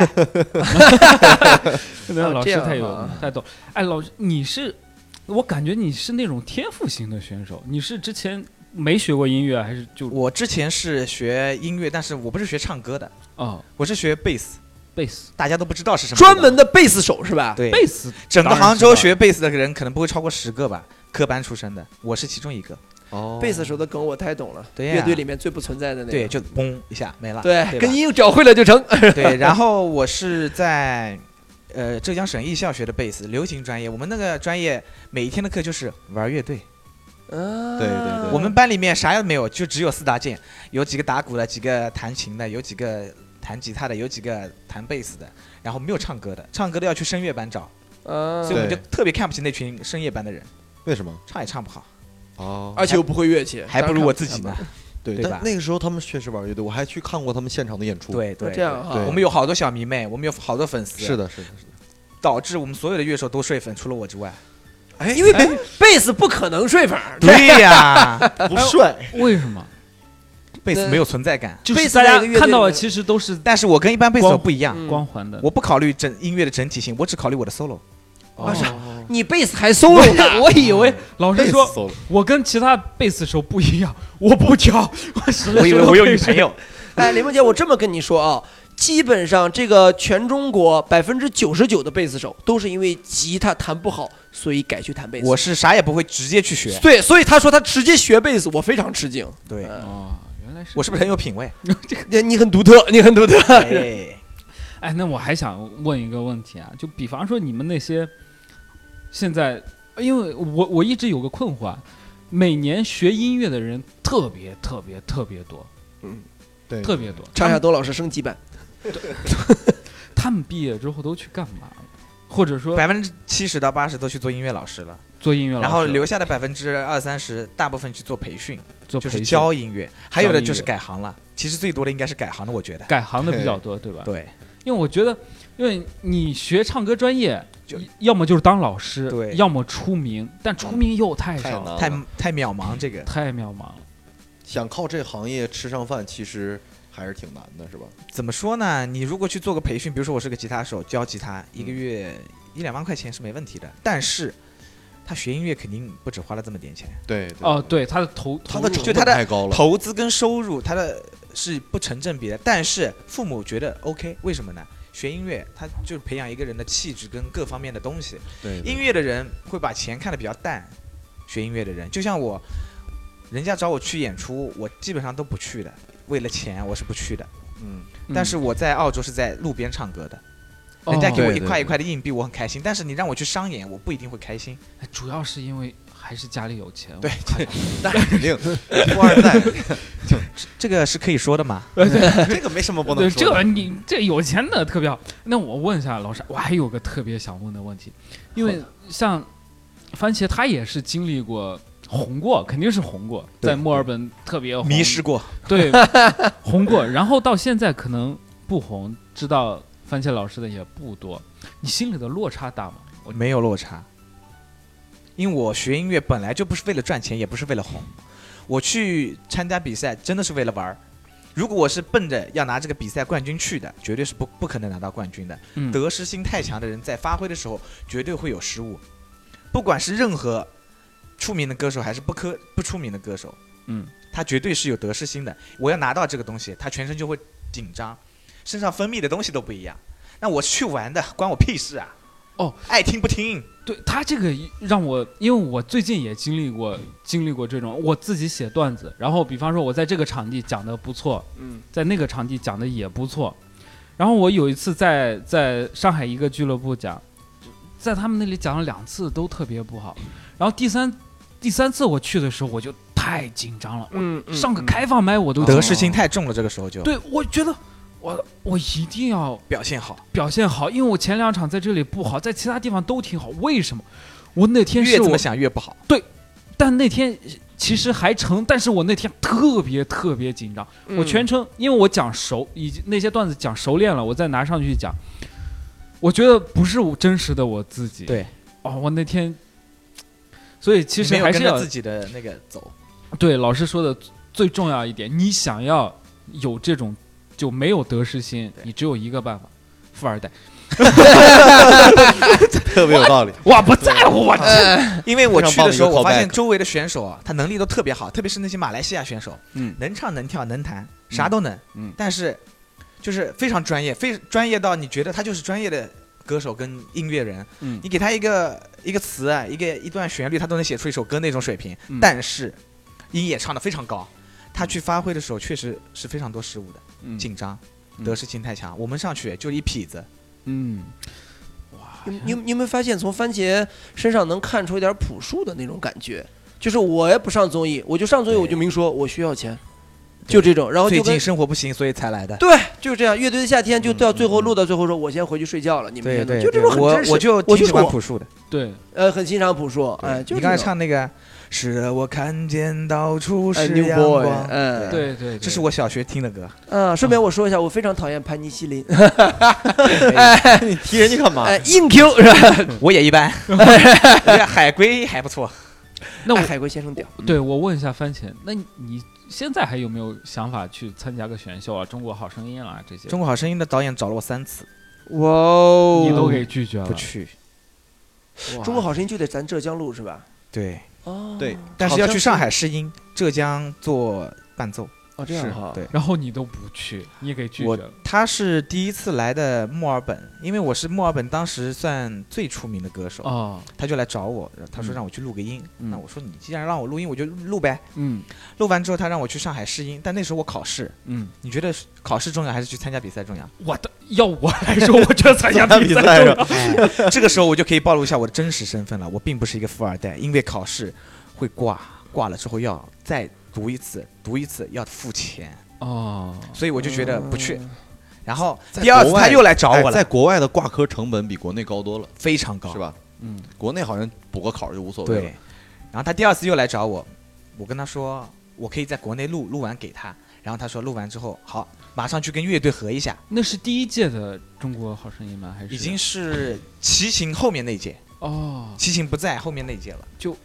老师太逗。老师，我感觉你是那种天赋型的选手。你是之前没学过音乐，还是就？ 我之前是学音乐，但是我不是学唱歌的我是学贝斯，大家都不知道是什么。 专门的贝斯手是吧？ 对， 贝斯， 整个杭州学贝斯的人可能不会超过10个吧，科班出身的，我是其中一个。 贝斯手的梗我太懂了， 对乐队里面最不存在的那个， 对，就嘣一下没了， 对，跟音找会了就成。 对，然后我是在浙江省艺校学的贝斯，流行专业。我们那个专业每一天的课就是玩乐队。 对， 我们班里面啥也没有，就只有4大件，有几个打鼓的，几个弹琴的，有几个弹吉他的，有几个弹贝斯的，然后没有唱歌的，唱歌的要去声乐班找。所以我们就特别看不起那群声乐班的人。 为什么？ 唱也唱不好。 而且又不会乐器， 还不如我自己呢。 对，但那个时候他们确实玩乐队，我还去看过他们现场的演出。 对， 这样对， 我们有好多小迷妹，我们有好多粉丝。 是的， 导致我们所有的乐手都睡粉，除了我之外。 因为贝斯不可能睡粉。 对呀， 不帅。 为什么？ 贝斯没有存在感， 就是大家看到的其实都是， 但是我跟一般贝斯手不一样， 光环的。 我不考虑音乐的整体性，我只考虑我的 solo。 你贝斯还 solo 呢？ 我以为老师说我跟其他贝斯手不一样，我不挑， 我以为我有女朋友。 哎，林梦洁，我这么跟你说啊，基本上这个全中国99%的贝斯手都是因为吉他弹不好，所以改去弹贝斯。 我是啥也不会，直接去学。 对，所以他说他直接学贝斯，我非常吃惊。 对， 原来是我是不是很有品味？ 你很独特，你很独特。 哎，那我还想问一个问题啊，就比方说你们那些现在，因为我一直有个困惑啊，每年学音乐的人特别多， 对， 特别多。 张亚东老师升级版， 他们毕业之后都去干嘛了？或者说 70%到80%都去做音乐老师了， 做音乐老师， 然后留下的20-30%大部分去做培训，就是教教音乐，还有的就是改行了。其实最多的应该是改行的，我觉得改行的比较多，对吧？ 对， 因为我觉得，因为你学唱歌专业，要么就是当老师， 对， 要么出名，但出名又太少， 太渺茫，这个太渺茫了。 想靠这行业吃上饭，其实还是挺难的，是吧？ 怎么说呢？你如果去做个培训，比如说我是个吉他手，教吉他，1个月1-2万块钱是没问题的。但是他学音乐肯定不止花了这么点钱。 对， 对，他的他的成本太高了， 投资跟收入他的是不成正比的。但是父母觉得 OK， 为什么呢？学音乐，他就是培养一个人的气质跟各方面的东西。 对， 音乐的人会把钱看得比较淡，学音乐的人，就像我，人家找我去演出，我基本上都不去的，为了钱我是不去的。但是我在澳洲是在路边唱歌的，人家给我1块1块的硬币，我很开心。但是你让我去商演，我不一定会开心。 主要是因为还是家里有钱。 对， 那肯定，富二代， 这个是可以说的吗？ 这个没什么不能说的。 这有钱的特别好。那我问一下老师，我还有个特别想问的问题，因为像番茄他也是经历过。红过，肯定是红过，在墨尔本特别红， 迷失过， 对，红过，然后到现在可能不红，知道番茄老师的也不多，你心里的落差大吗？ 我没有落差，因为我学音乐本来就不是为了赚钱，也不是为了红，我去参加比赛真的是为了玩。如果我是奔着要拿这个比赛冠军去的，绝对是不可能拿到冠军的。得失心太强的人在发挥的时候绝对会有失误，不管是任何出名的歌手还是不出名的歌手，他绝对是有得失心的。我要拿到这个东西，他全身就会紧张，身上分泌的东西都不一样。那我去玩的，关我屁事啊！爱听不听。 对，他这个让我，因为我最近也经历过这种，我自己写段子，然后比方说我在这个场地讲的不错，在那个场地讲的也不错，然后我有一次在上海一个俱乐部讲，在他们那里讲了2次都特别不好。然后第三次我去的时候，我就太紧张了，上个开放麦我都得失心太重了，这个时候就对，我觉得我一定要表现好， 因为我前2场在这里不好，在其他地方都挺好，为什么？我那天越这么想越不好。 对，但那天其实还成，但是我那天特别紧张，我全程因为我讲熟，已经那些段子讲熟练了，我再拿上去讲，我觉得不是我真实的我自己。 对， 我那天。所以其实还是要自己的那个走。 对，老师说的最重要一点，你想要有这种就没有得失心，你只有一个办法，富二代。 特别有道理。 我不在乎我， 因为我去的时候，我发现周围的选手啊，他能力都特别好，特别是那些马来西亚选手，能唱能跳能弹，啥都能，但是就是非常专业，非专业到你觉得他就是专业的歌手跟音乐人，你给他一个词啊，一段旋律，他都能写出一首歌那种水平，但是音也唱得非常高，他去发挥的时候确实是非常多失误的，紧张，得失心太强。我们上去就一痞子， 哇！你有没有发现从番茄身上能看出一点朴树的那种感觉？就是我也不上综艺，我就上综艺我就明说我需要钱。就这种，然后就最近生活不行，所以才来的。 对，就是这样。乐队的夏天就到最后录到最后说，我先回去睡觉了。你们对， 就这种很真实。 我挺喜欢朴树的。 对， 很欣赏朴树。哎， 你刚才唱那个，是我看见到处是阳光。 对， 这是我小学听的歌。 顺便我说一下，我非常讨厌潘尼西林。 你提人家干嘛？ 硬 Q 是吧？ 我也一般。海龟还不错。 那海龟先生屌。 对，我问一下番茄，那你现在还有没有想法去参加个选秀啊？中国好声音啊这些？ 中国好声音的导演找了我3次， 哇哦， 你都给拒绝了， 不去。 中国好声音就得咱浙江录是吧？ 对， 哦， 对， 但是要去上海试音，浙江做伴奏。 哦，这样哈， 对。 然后你都不去，你也给拒绝了。 他是第一次来的墨尔本，因为我是墨尔本当时算最出名的歌手他就来找我，他说让我去录个音。那我说你既然让我录音，我就录呗。录完之后他让我去上海试音，但那时候我考试。你觉得考试重要还是去参加比赛重要？ 要我来说，我觉得参加比赛重要。这个时候我就可以暴露一下我的真实身份了，我并不是一个富二代，因为考试会挂了之后要再读一次要付钱所以我就觉得不去。然后第二次他又来找我了， 在国外的挂科成本比国内高多了， 非常高， 是吧？国内好像补个考就无所谓了。 对，然后他第二次又来找我，我跟他说我可以在国内录完给他，然后他说录完之后好，马上去跟乐队合一下。 那是第一届的中国好声音吗？还是已经是齐秦后面那一届？齐秦不在，后面那一届了，就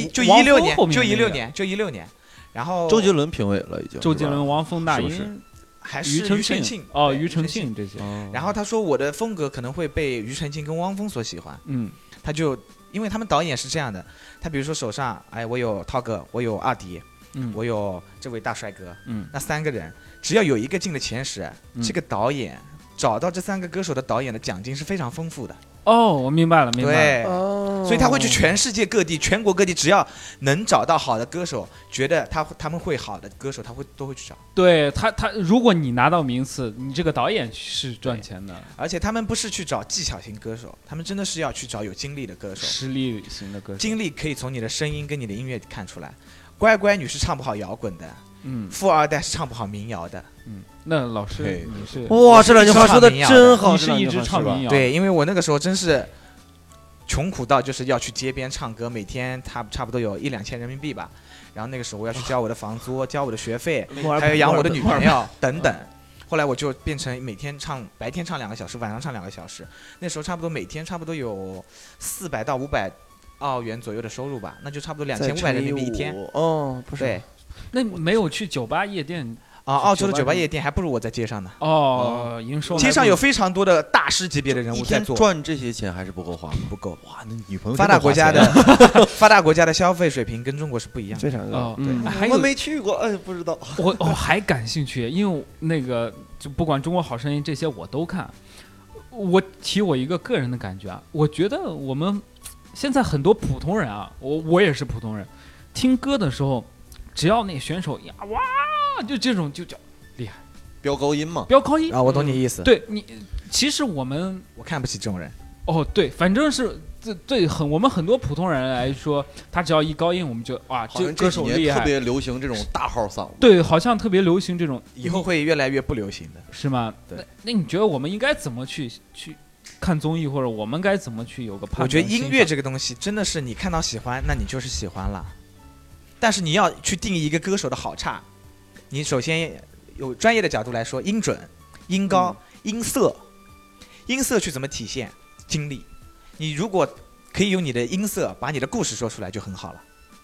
16年，然后周杰伦评委了已经。 周杰伦、汪峰、那英， 还是庾澄庆庾澄庆这些。 然后他说我的风格可能会被庾澄庆跟汪峰所喜欢。他就因为他们导演是这样的，他比如说手上我有涛哥，我有二迪，我有这位大帅哥，那3个人只要有一个进了前10，这个导演找到这3个歌手的导演的奖金是非常丰富的。 我明白了。 对，所以他会去全世界各地、全国各地，只要能找到好的歌手，觉得他们会好的歌手，都会去找。 对他，如果你拿到名次，你这个导演是赚钱的。 而且他们不是去找技巧型歌手，他们真的是要去找有经历的歌手， 实力型的歌手。 经历可以从你的声音跟你的音乐看出来。乖乖女是唱不好摇滚的，富二代是唱不好民谣的。 那老师你是哇，这2句话说的真好。 你是一直唱民谣？ 对，因为我那个时候真是穷苦到就是要去街边唱歌，每天差不多有1-2千人民币吧。然后那个时候我要去交我的房租、交我的学费，还要养我的女朋友等等。后来我就变成每天白天唱2个小时，晚上唱2个小时。那时候差不多每天差不多有400到500澳元左右的收入吧，那就差不多2500人民币一天。 不是。 对， 那没有去酒吧夜店？ 澳洲的酒吧夜店还不如我在街上呢。 营收街上有非常多的大师级别的人物在做， 赚这些钱还是不够花， 不够。 哇，那女朋友发达国家的消费水平跟中国是不一样的， 非常高。 对， 我没去过，不知道。 我还感兴趣，因为那个就不管中国好声音这些我都看。我提我一个个人的感觉我觉得我们现在很多普通人我也是普通人，听歌的时候，只要那选手就这种就叫厉害， 飙高音嘛， 飙高音我懂你意思。 对你，其实我看不起这种人。 对，反正是对我们很多普通人来说，他只要一高音，我们就这歌手厉害。 特别流行这种大号嗓子。 对，好像特别流行这种， 以后会越来越不流行的， 是吗？ 对。 那你觉得我们应该怎么去看综艺，或者我们该怎么去有个判断？ 我觉得音乐这个东西真的是你看到喜欢，那你就是喜欢了。但是你要去定义一个歌手的好差，你首先有专业的角度来说，音准、音高、音色去怎么体现？经历。你如果可以用你的音色把你的故事说出来，就很好了。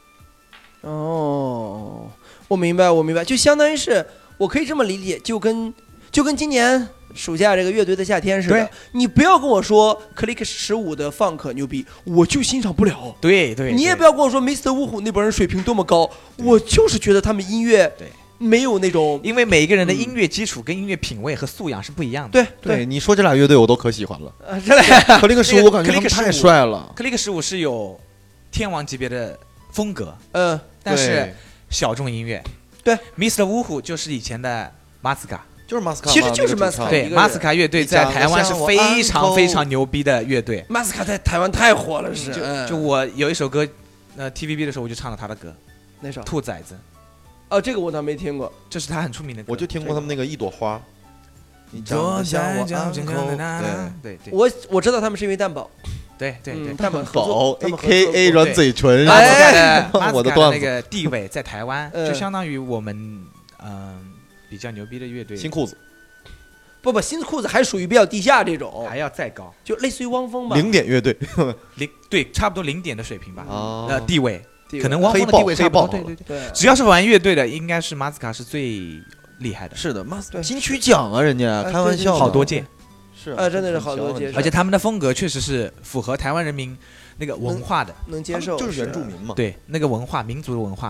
我明白，就相当于是我可以这么理解，就跟今年暑假这个乐队的夏天似的。你不要跟我说 Click 15的 Funk 牛逼，我就欣赏不了。 对， 你也不要跟我说 Mr. 呜呼那帮人水平多么高，我就是觉得他们音乐没有那种， 因为每一个人的音乐基础跟音乐品味和素养是不一样的。 对， 你说这俩乐队我都可喜欢了。 这俩 Click 15我感觉他们太帅了。 Click 15是有天王级别的风格，但是小众音乐。 对 ，Mr. 呜呼就是以前的马斯卡。 就是马斯卡， 其实就是马斯卡。 对，马斯卡乐队在台湾是非常非常牛逼的乐队。 马斯卡在台湾太火了， 就我有一首歌，TVB 的时候我就唱了他的歌， 那首兔崽子。 这个我倒没听过， 这是他很出名的歌。 我就听过他们那个一朵花。你长得像我安口。对， 我知道他们是因为蛋堡。 对， 蛋堡 AKA 软嘴唇。 我的段子那个地位在台湾，就相当于我们比较牛逼的乐队。 新裤子。 不，新裤子还属于比较地下这种， 还要再高， 就类似于汪峰吧。 零点乐队， 对，差不多0点的水平吧。地位，可能汪峰的地位差不多。对，只要是玩乐队的，应该是马斯卡是最厉害的。 是的，马斯卡金曲奖啊，人家开玩笑， 好多届。 是真的是好多届， 而且他们的风格确实是符合台湾人民那个文化的， 能接受， 就是原住民嘛。 对，那个文化，民族的文化。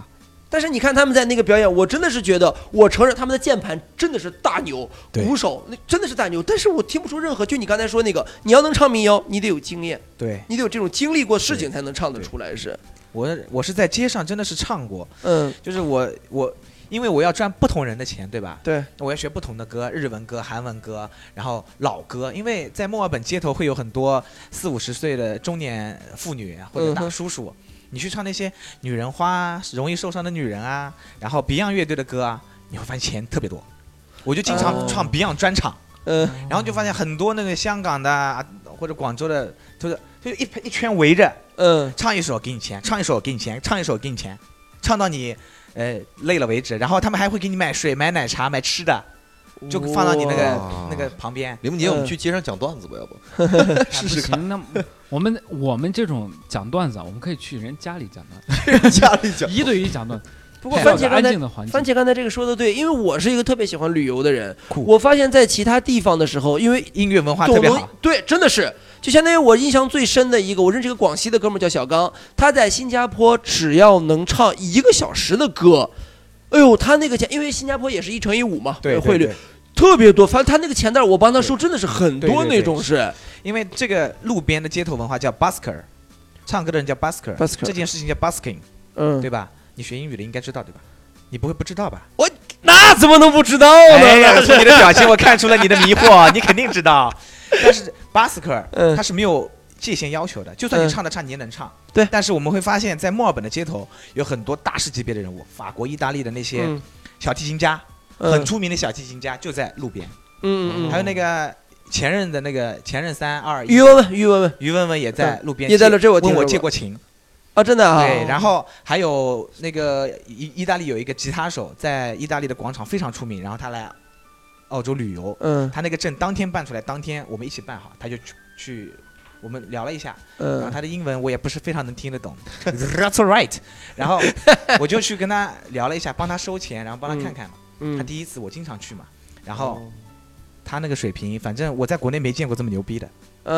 但是你看他们在那个表演，我真的是觉得，我承认他们的键盘真的是大牛，鼓手那真的是大牛，但是我听不出任何，就你刚才说那个，你要能唱民谣，你得有经验， 对， 你得有这种经历过事情才能唱得出来。是， 我是在街上真的是唱过，就是我因为我要赚不同人的钱，对吧？ 对， 我要学不同的歌，日文歌、韩文歌，然后老歌。因为在墨尔本街头会有很多40-50岁的中年妇女或者大叔叔，你去唱那些女人花、容易受伤的女人啊，然后 Beyond 乐队的歌啊，你会发现钱特别多。我就经常唱 Beyond 专场，然后就发现很多那个香港的或者广州的，就一圈围着，唱一首给你钱，唱一首给你钱，唱一首给你钱，唱到你。累了为止，然后他们还会给你买水、买奶茶、买吃的，就放到你那个旁边。 林梦洁，我们去街上讲段子吧，要不试试看？ 那我们这种讲段子，我们可以去人家里讲段子，家里讲一对一讲段子。 不过番茄刚才这个说的对，因为我是一个特别喜欢旅游的人，我发现在其他地方的时候，因为音乐文化特别好， 对，真的是。就相当于我印象最深的一个，我认识一个广西的哥们儿叫小刚，他在新加坡只要能唱1个小时的歌，哎呦，他那个钱，因为新加坡也是1:15嘛， 对， 汇率特别多，反正他那个钱袋我帮他收真的是很多那种，是因为这个路边的街头文化叫 busker， 唱歌的人叫 busker， 这件事情叫 busking， 对吧？你学英语的应该知道对吧？你不会不知道吧？ 我那怎么能不知道呢？ 哎呀，从你的表情我看出了你的迷惑，你肯定知道。但是 busker 它是没有界限要求的，就算你唱得差你也能唱。 对， 但是我们会发现，在墨尔本的街头有很多大师级别的人物，法国、意大利的那些小提琴家，很出名的小提琴家就在路边。还有那个前任3、2、于文文也在路边， 也在这问我借过琴。 啊，真的啊！ 对，然后还有那个意大利有一个吉他手，在意大利的广场非常出名，然后他来澳洲旅游，他那个证当天办出来，当天我们一起办好，他就去我们聊了一下，然后他的英文我也不是非常能听得懂，That's right， 然后我就去跟他聊了一下，帮他收钱，然后帮他看看嘛，他第一次我经常去嘛，然后他那个水平，反正我在国内没见过这么牛逼的。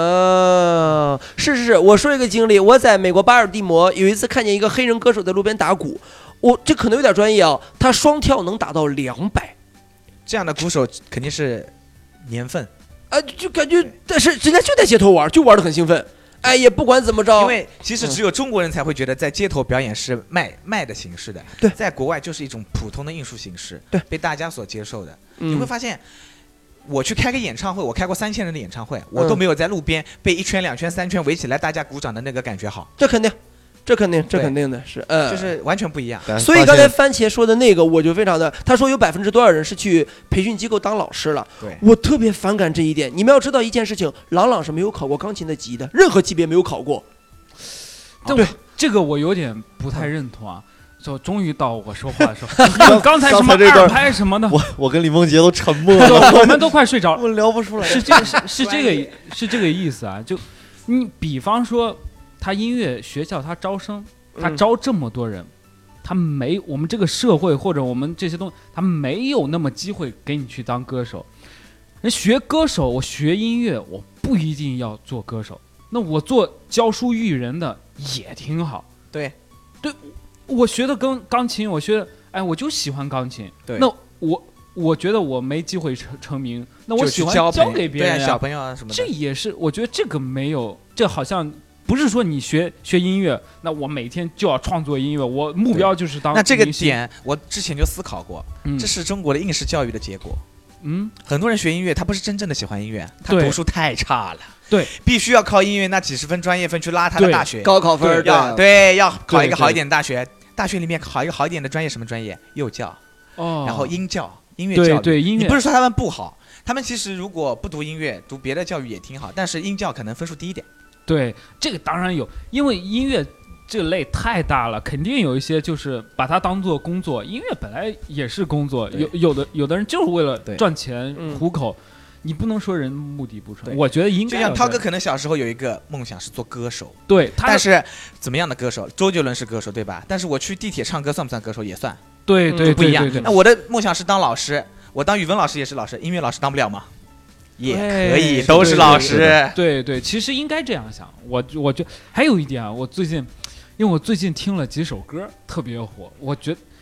是，我说一个经历，我在美国巴尔的摩有一次看见一个黑人歌手在路边打鼓，这可能有点专业啊，他双跳能打到200， 这样的鼓手肯定是年份， 就感觉，但是人家就在街头玩，就玩得很兴奋，哎，也不管怎么着， 因为其实只有中国人才会觉得在街头表演是卖的形式的， 对， 在国外就是一种普通的艺术形式， 对， 被大家所接受的，你会发现。我去开个演唱会，我开过3000人的演唱会，我都没有在路边被1圈、2圈、3圈围起来，大家鼓掌的那个感觉好。 这肯定的是， 就是完全不一样。 所以刚才番茄说的那个，我就非常的，他说有多少人是去培训机构当老师了， 对， 我特别反感这一点。你们要知道一件事情，朗是没有考过钢琴的级的，任何级别没有考过。 对，这个我有点不太认同啊。就终于到我说话的时候，刚才什么二拍什么的， 我跟李梦洁都沉默了， 我们都快睡着了， 我聊不出来。 是这个意思啊！就你比方说，他音乐学校他招生，他招这么多人，他没我们这个社会或者我们这些东西，他没有那么机会给你去当歌手。人学歌手，我学音乐，我不一定要做歌手，那我做教书育人的也挺好。 对。 我学的钢琴，我学的，我就喜欢钢琴。 对， 那我觉得我没机会成名，那我喜欢教给别人小朋友啊什么的。 这也是我觉得这个没有，这好像不是说你学音乐，那我每天就要创作音乐，我目标就是当。 那这个点我之前就思考过，这是中国的应试教育的结果。很多人学音乐，他不是真正的喜欢音乐，他读书太差了。 对， 必须要靠音乐那几十分专业分去拉他的大学高考分， 要考一个好一点的大学，大学里面考一个好一点的专业，什么专业？幼教，然后音教、音乐教育。 对，音乐。 你不是说他们不好，他们其实如果不读音乐，读别的教育也挺好，但是音教可能分数低一点。 对，这个当然有，因为音乐这个类太大了，肯定有一些就是把它当做工作，音乐本来也是工作，有的人就是为了赚钱糊口。你不能说人目的不纯，我觉得应该。 就像涛哥可能小时候有一个梦想是做歌手， 对， 但是怎么样的歌手？周杰伦是歌手，对吧？但是我去地铁唱歌算不算歌手？也算。 对， 不一样。那我的梦想是当老师，我当语文老师也是老师，音乐老师当不了吗？也可以，都是老师。 对，其实应该这样想。我觉得还有一点啊，因为我最近听了几首歌特别火，我觉得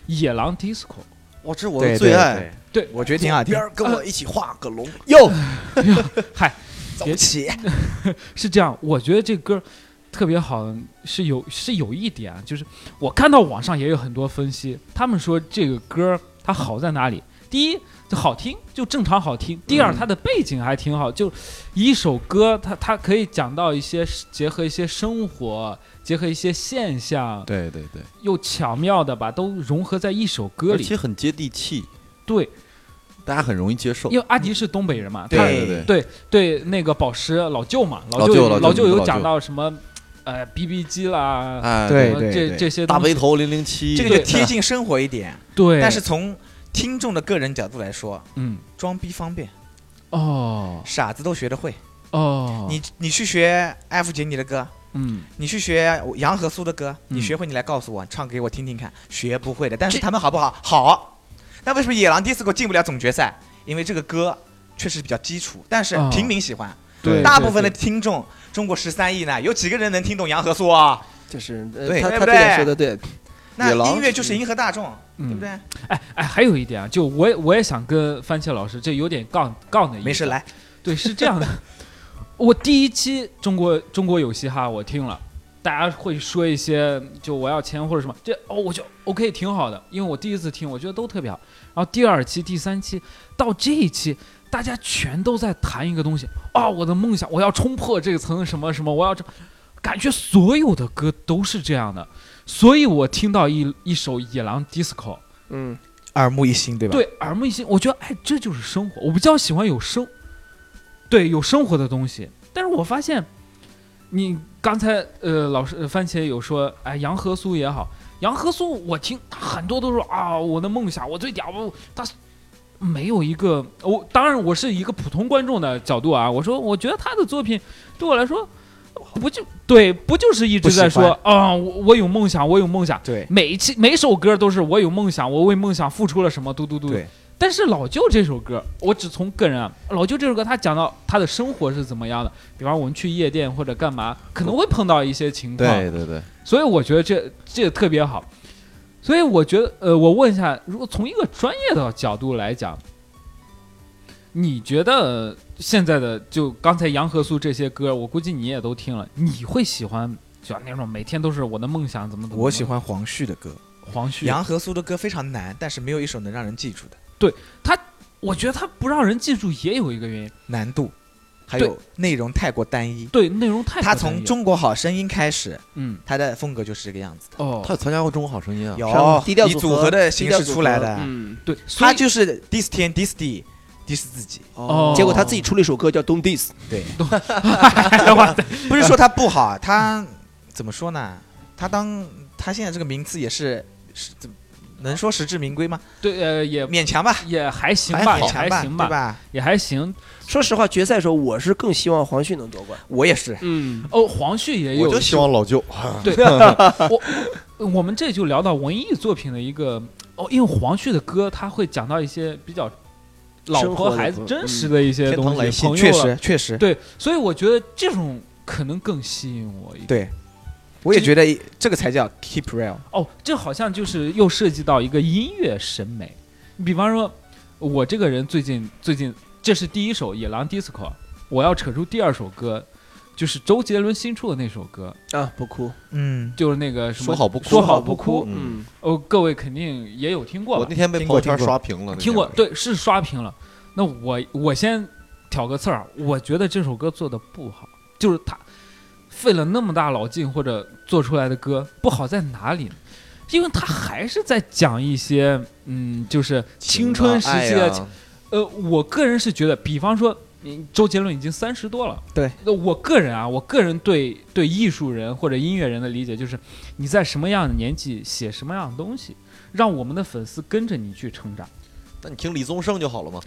野狼 disco。 哇，这是我的最爱。 对， 我觉得挺好听。 边跟我一起画个龙。 哟， 嗨， 走起。 是这样，我觉得这歌特别好，是有一点，就是我看到网上也有很多分析，他们说这个歌它好在哪里？第一，就好听，就正常好听；第二，它的背景还挺好，就一首歌它可以讲到一些结合一些生活，结合一些现象， 对对对， 又巧妙的把都融合在一首歌里， 而且很接地气， 对， 大家很容易接受。 因为阿迪是东北人嘛， 对， 那个宝石老舅嘛， 老舅有讲到什么BB 机啦， 对这些大背头007， 这个就贴近生活一点。 对， 但是从听众的个人角度来说，装逼方便，傻子都学得会。你去学艾弗杰尼的歌，你去学杨和苏的歌，你学会你来告诉我，唱给我听听看。学不会的，但是他们好不好？好。那为什么野狼 disco 进不了总决赛？因为这个歌确实比较基础，但是平民喜欢。 对， 大部分的听众，中国13亿呢，有几个人能听懂杨和苏啊？ 就是对， 他这点说的对。 那音乐就是迎合大众，对不对？ 哎，还有一点啊，就我也想跟番茄老师，这有点杠的意思。 没事，来。 对，是这样的。我第一期中国有嘻哈我听了，大家会说一些就我要钱或者什么，我就 OK 挺好的，因为我第一次听，我觉得都特别好。然后第2期、第3期到这一期，大家全都在谈一个东西我的梦想，我要冲破这个层什么什么，我要感觉所有的歌都是这样的。所以我听到一首野狼 disco， 耳目一新，对吧？ 对，耳目一新。我觉得这就是生活。我比较喜欢有生活的东西。但是我发现，你刚才老师番茄有说，杨和苏也好，杨和苏我听他很多都说我的梦想，我最屌，他没有一个当然我是一个普通观众的角度啊，我觉得他的作品对我来说。不就是一直在说我有梦想，我有梦想。 对， 每首歌都是我有梦想，我为梦想付出了什么，嘟。 对。 但是老舅这首歌，我只从个人老舅这首歌，他讲到他的生活是怎么样的，比方我们去夜店或者干嘛，可能会碰到一些情况。 对。 所以我觉得这个特别好。所以我觉得我问一下，如果从一个专业的角度来讲，你觉得现在的就刚才杨和苏这些歌，我估计你也都听了，你会喜欢就那种每天都是我的梦想怎么？ 我喜欢黄旭的歌，杨和苏的歌非常难，但是没有一首能让人记住的。 对我觉得他不让人记住也有一个原因， 难度，还有内容太过单一。 对，内容太过单一。 他从中国好声音开始，他的风格就是这个样子的。 他有参加过中国好声音啊？ 有， 低调以组合的形式出来的。 对， 他就是 diss 天 diss 地。diss 自己， 结果他自己出了一首歌叫 Don't Diss。 对，不是说他不好，他怎么说呢？他现在这个名次也是能说实至名归吗？ 对，也勉强吧， 也还行吧， 对吧？ 也还行。 说实话，决赛的时候我是更希望黄旭能夺冠。 我也是。 黄旭也有。 我就希望老舅。 对，我们这就聊到文艺作品的一个因为黄旭的歌他会讲到一些比较。老婆孩子真实的一些东西，朋友确实对，所以我觉得这种可能更吸引我一点。 对，我也觉得这个才叫 keep real。 这好像就是又涉及到一个音乐审美。你比方说，我这个人最近，这是第一首《野狼 disco》，我要扯出第2首歌，就是周杰伦新出的那首歌不哭， 就是那个什么说好不哭，各位肯定也有听过。 我那天被朋友圈刷屏了， 听过，对，是刷屏了。那我先挑个刺儿，我觉得这首歌做的不好，就是他费了那么大脑劲或者做出来的歌不好在哪里呢？因为他还是在讲一些就是青春时期的我个人是觉得，比方说周杰伦已经30多了， 对， 我个人对艺术人或者音乐人的理解就是，你在什么样的年纪写什么样的东西，让我们的粉丝跟着你去成长。 那你听李宗盛就好了吗？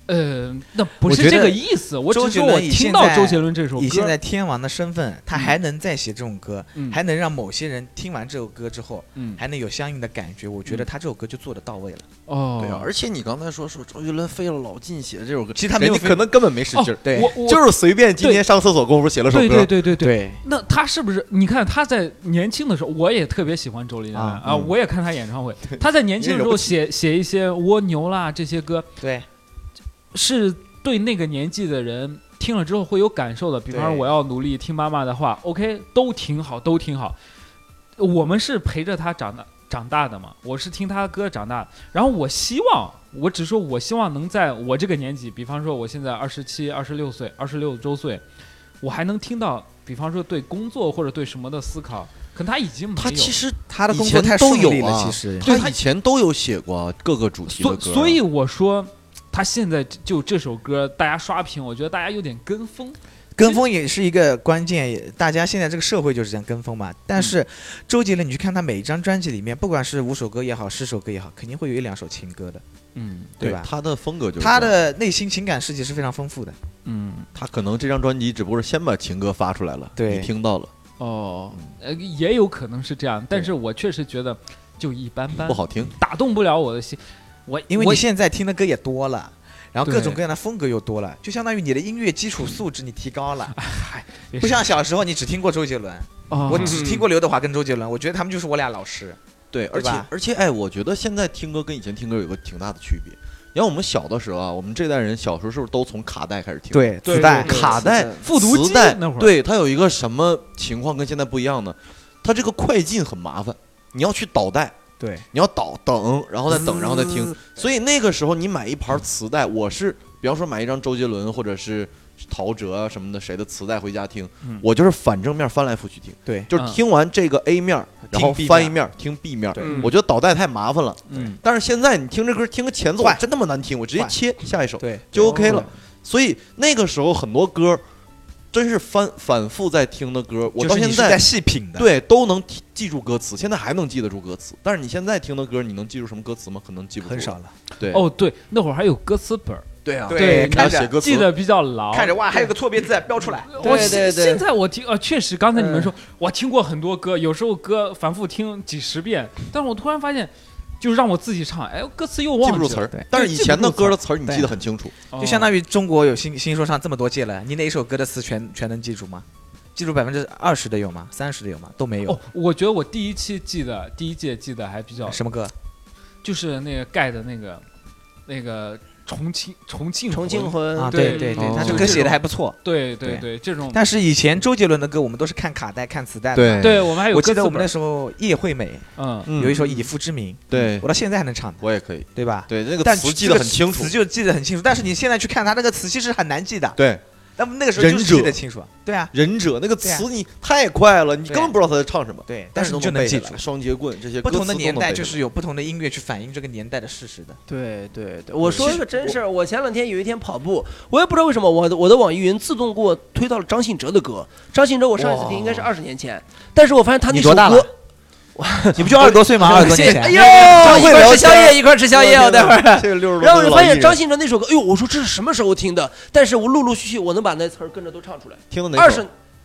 那不是这个意思。我只是说我听到周杰伦这首歌， 以现在天王的身份，他还能再写这种歌，还能让某些人听完这首歌之后，还能有相应的感觉。我觉得他这首歌就做得到位了。 哦， 对啊，而且你刚才说周杰伦费了老劲写的这首歌， 其实他没有可能根本没使劲儿， 对， 就是随便今天上厕所功夫写了首歌。 对。那他是不是？你看他在年轻的时候，我也特别喜欢周杰伦啊，我也看他演唱会。他在年轻的时候写一些蜗牛啦这些歌， 对， 是对那个年纪的人听了之后会有感受的。比方说我要努力听妈妈的话 ，OK， 都挺好，都挺好。我们是陪着他长大的嘛，我是听他的歌长大的。然后我希望能在我这个年纪，比方说我现在27、26岁，26周岁，我还能听到，比方说对工作或者对什么的思考。可他已经没有， 他其实他的工作太顺利了，其实他以前都有写过各个主题的歌， 所以我说他现在就这首歌大家刷屏，我觉得大家有点跟风。 跟风也是一个关键，大家现在这个社会就是这样跟风嘛。但是周杰伦，你去看他每一张专辑里面，不管是5首歌也好，10首歌也好，肯定会有1-2首情歌的，对吧？ 他的风格就是他的内心情感世界是非常丰富的。 他可能这张专辑只不过是先把情歌发出来了， 对， 你听到了。 也有可能是这样，但是我确实觉得就一般般， 不好听， 打动不了我的心。 因为你现在听的歌也多了。然后各种各样的风格又多了，就相当于你的音乐基础素质你提高了，不像小时候你只听过周杰伦，我只听过刘德华跟周杰伦，我觉得他们就是我俩老师。 对，而且我觉得现在听歌跟以前听歌有个挺大的区别。然后我们小的时候啊，我们这代人小时候是不是都从卡带开始听？ 对，磁带、 卡带、 复读机那会儿， 对，它有一个什么情况跟现在不一样呢？它这个快进很麻烦，你要去导带。 对， 你要等，然后再等，然后再听。所以那个时候你买一盘磁带，我是比方说买一张周杰伦或者是陶喆啊什么的谁的磁带回家听，我就是反正面翻来覆去听。 对， 就是听完这个 A 面，然后翻一面听 B 面。我觉得导带太麻烦了。但是现在你听这歌，听个前奏真那么难听，我直接切下一首， 对， 就 OK 了。所以那个时候很多歌。真是反复在听的歌，我到现在在细品的， 对，都能记住歌词，现在还能记得住歌词。但是你现在听的歌，你能记住什么歌词吗？可能记不住， 很少了。 对， 对，那会儿还有歌词本。 对啊， 对， 看着写歌词记得比较牢， 看着哇，还有个错别字标出来。 对。 现在我听确实，刚才你们说，我听过很多歌，有时候歌反复听几10遍，但是我突然发现。就让我自己唱，歌词又忘记了， 记不住词儿。但是以前的歌的词儿你记得很清楚， 就相当于中国有新说唱这么多届了，你哪一首歌的词全能记住吗？记住20%的有吗？30%的有吗？都没有。 我觉得我第一届记得还比较什么歌？ 就是那个盖的那个重庆魂啊，对，他这歌写的还不错。 对，这种。 但是以前周杰伦的歌，我们都是看卡带、看磁带的。 对，我们还有。 我记得我们那时候叶惠美，有一首《以父之名》， 对我到现在还能唱。 我也可以， 对吧？ 对，那个词记得很清楚， 词就记得很清楚。但是你现在去看他那个词，其实很难记的。 对。 那么那个时候就是记得清楚，对啊， 忍者那个词你太快了，你根本不知道他在唱什么。 对，但是你就能记住。 双截棍这些不同的年代就是有不同的音乐去反映这个年代的事实的。 对，我说一个真事儿，我前2天有一天跑步，我也不知道为什么我的网易云自动给我推到了张信哲的歌。张信哲我上一次听应该是20年前，但是我发现他那首歌。 你不就20多岁吗？20多年前。 哎呦，一块吃宵夜，我待会儿。然后我就发现张信哲那首歌，哎呦，我说这是什么时候听的？但是我陆陆续续我能把那词儿跟着都唱出来。 听的哪首？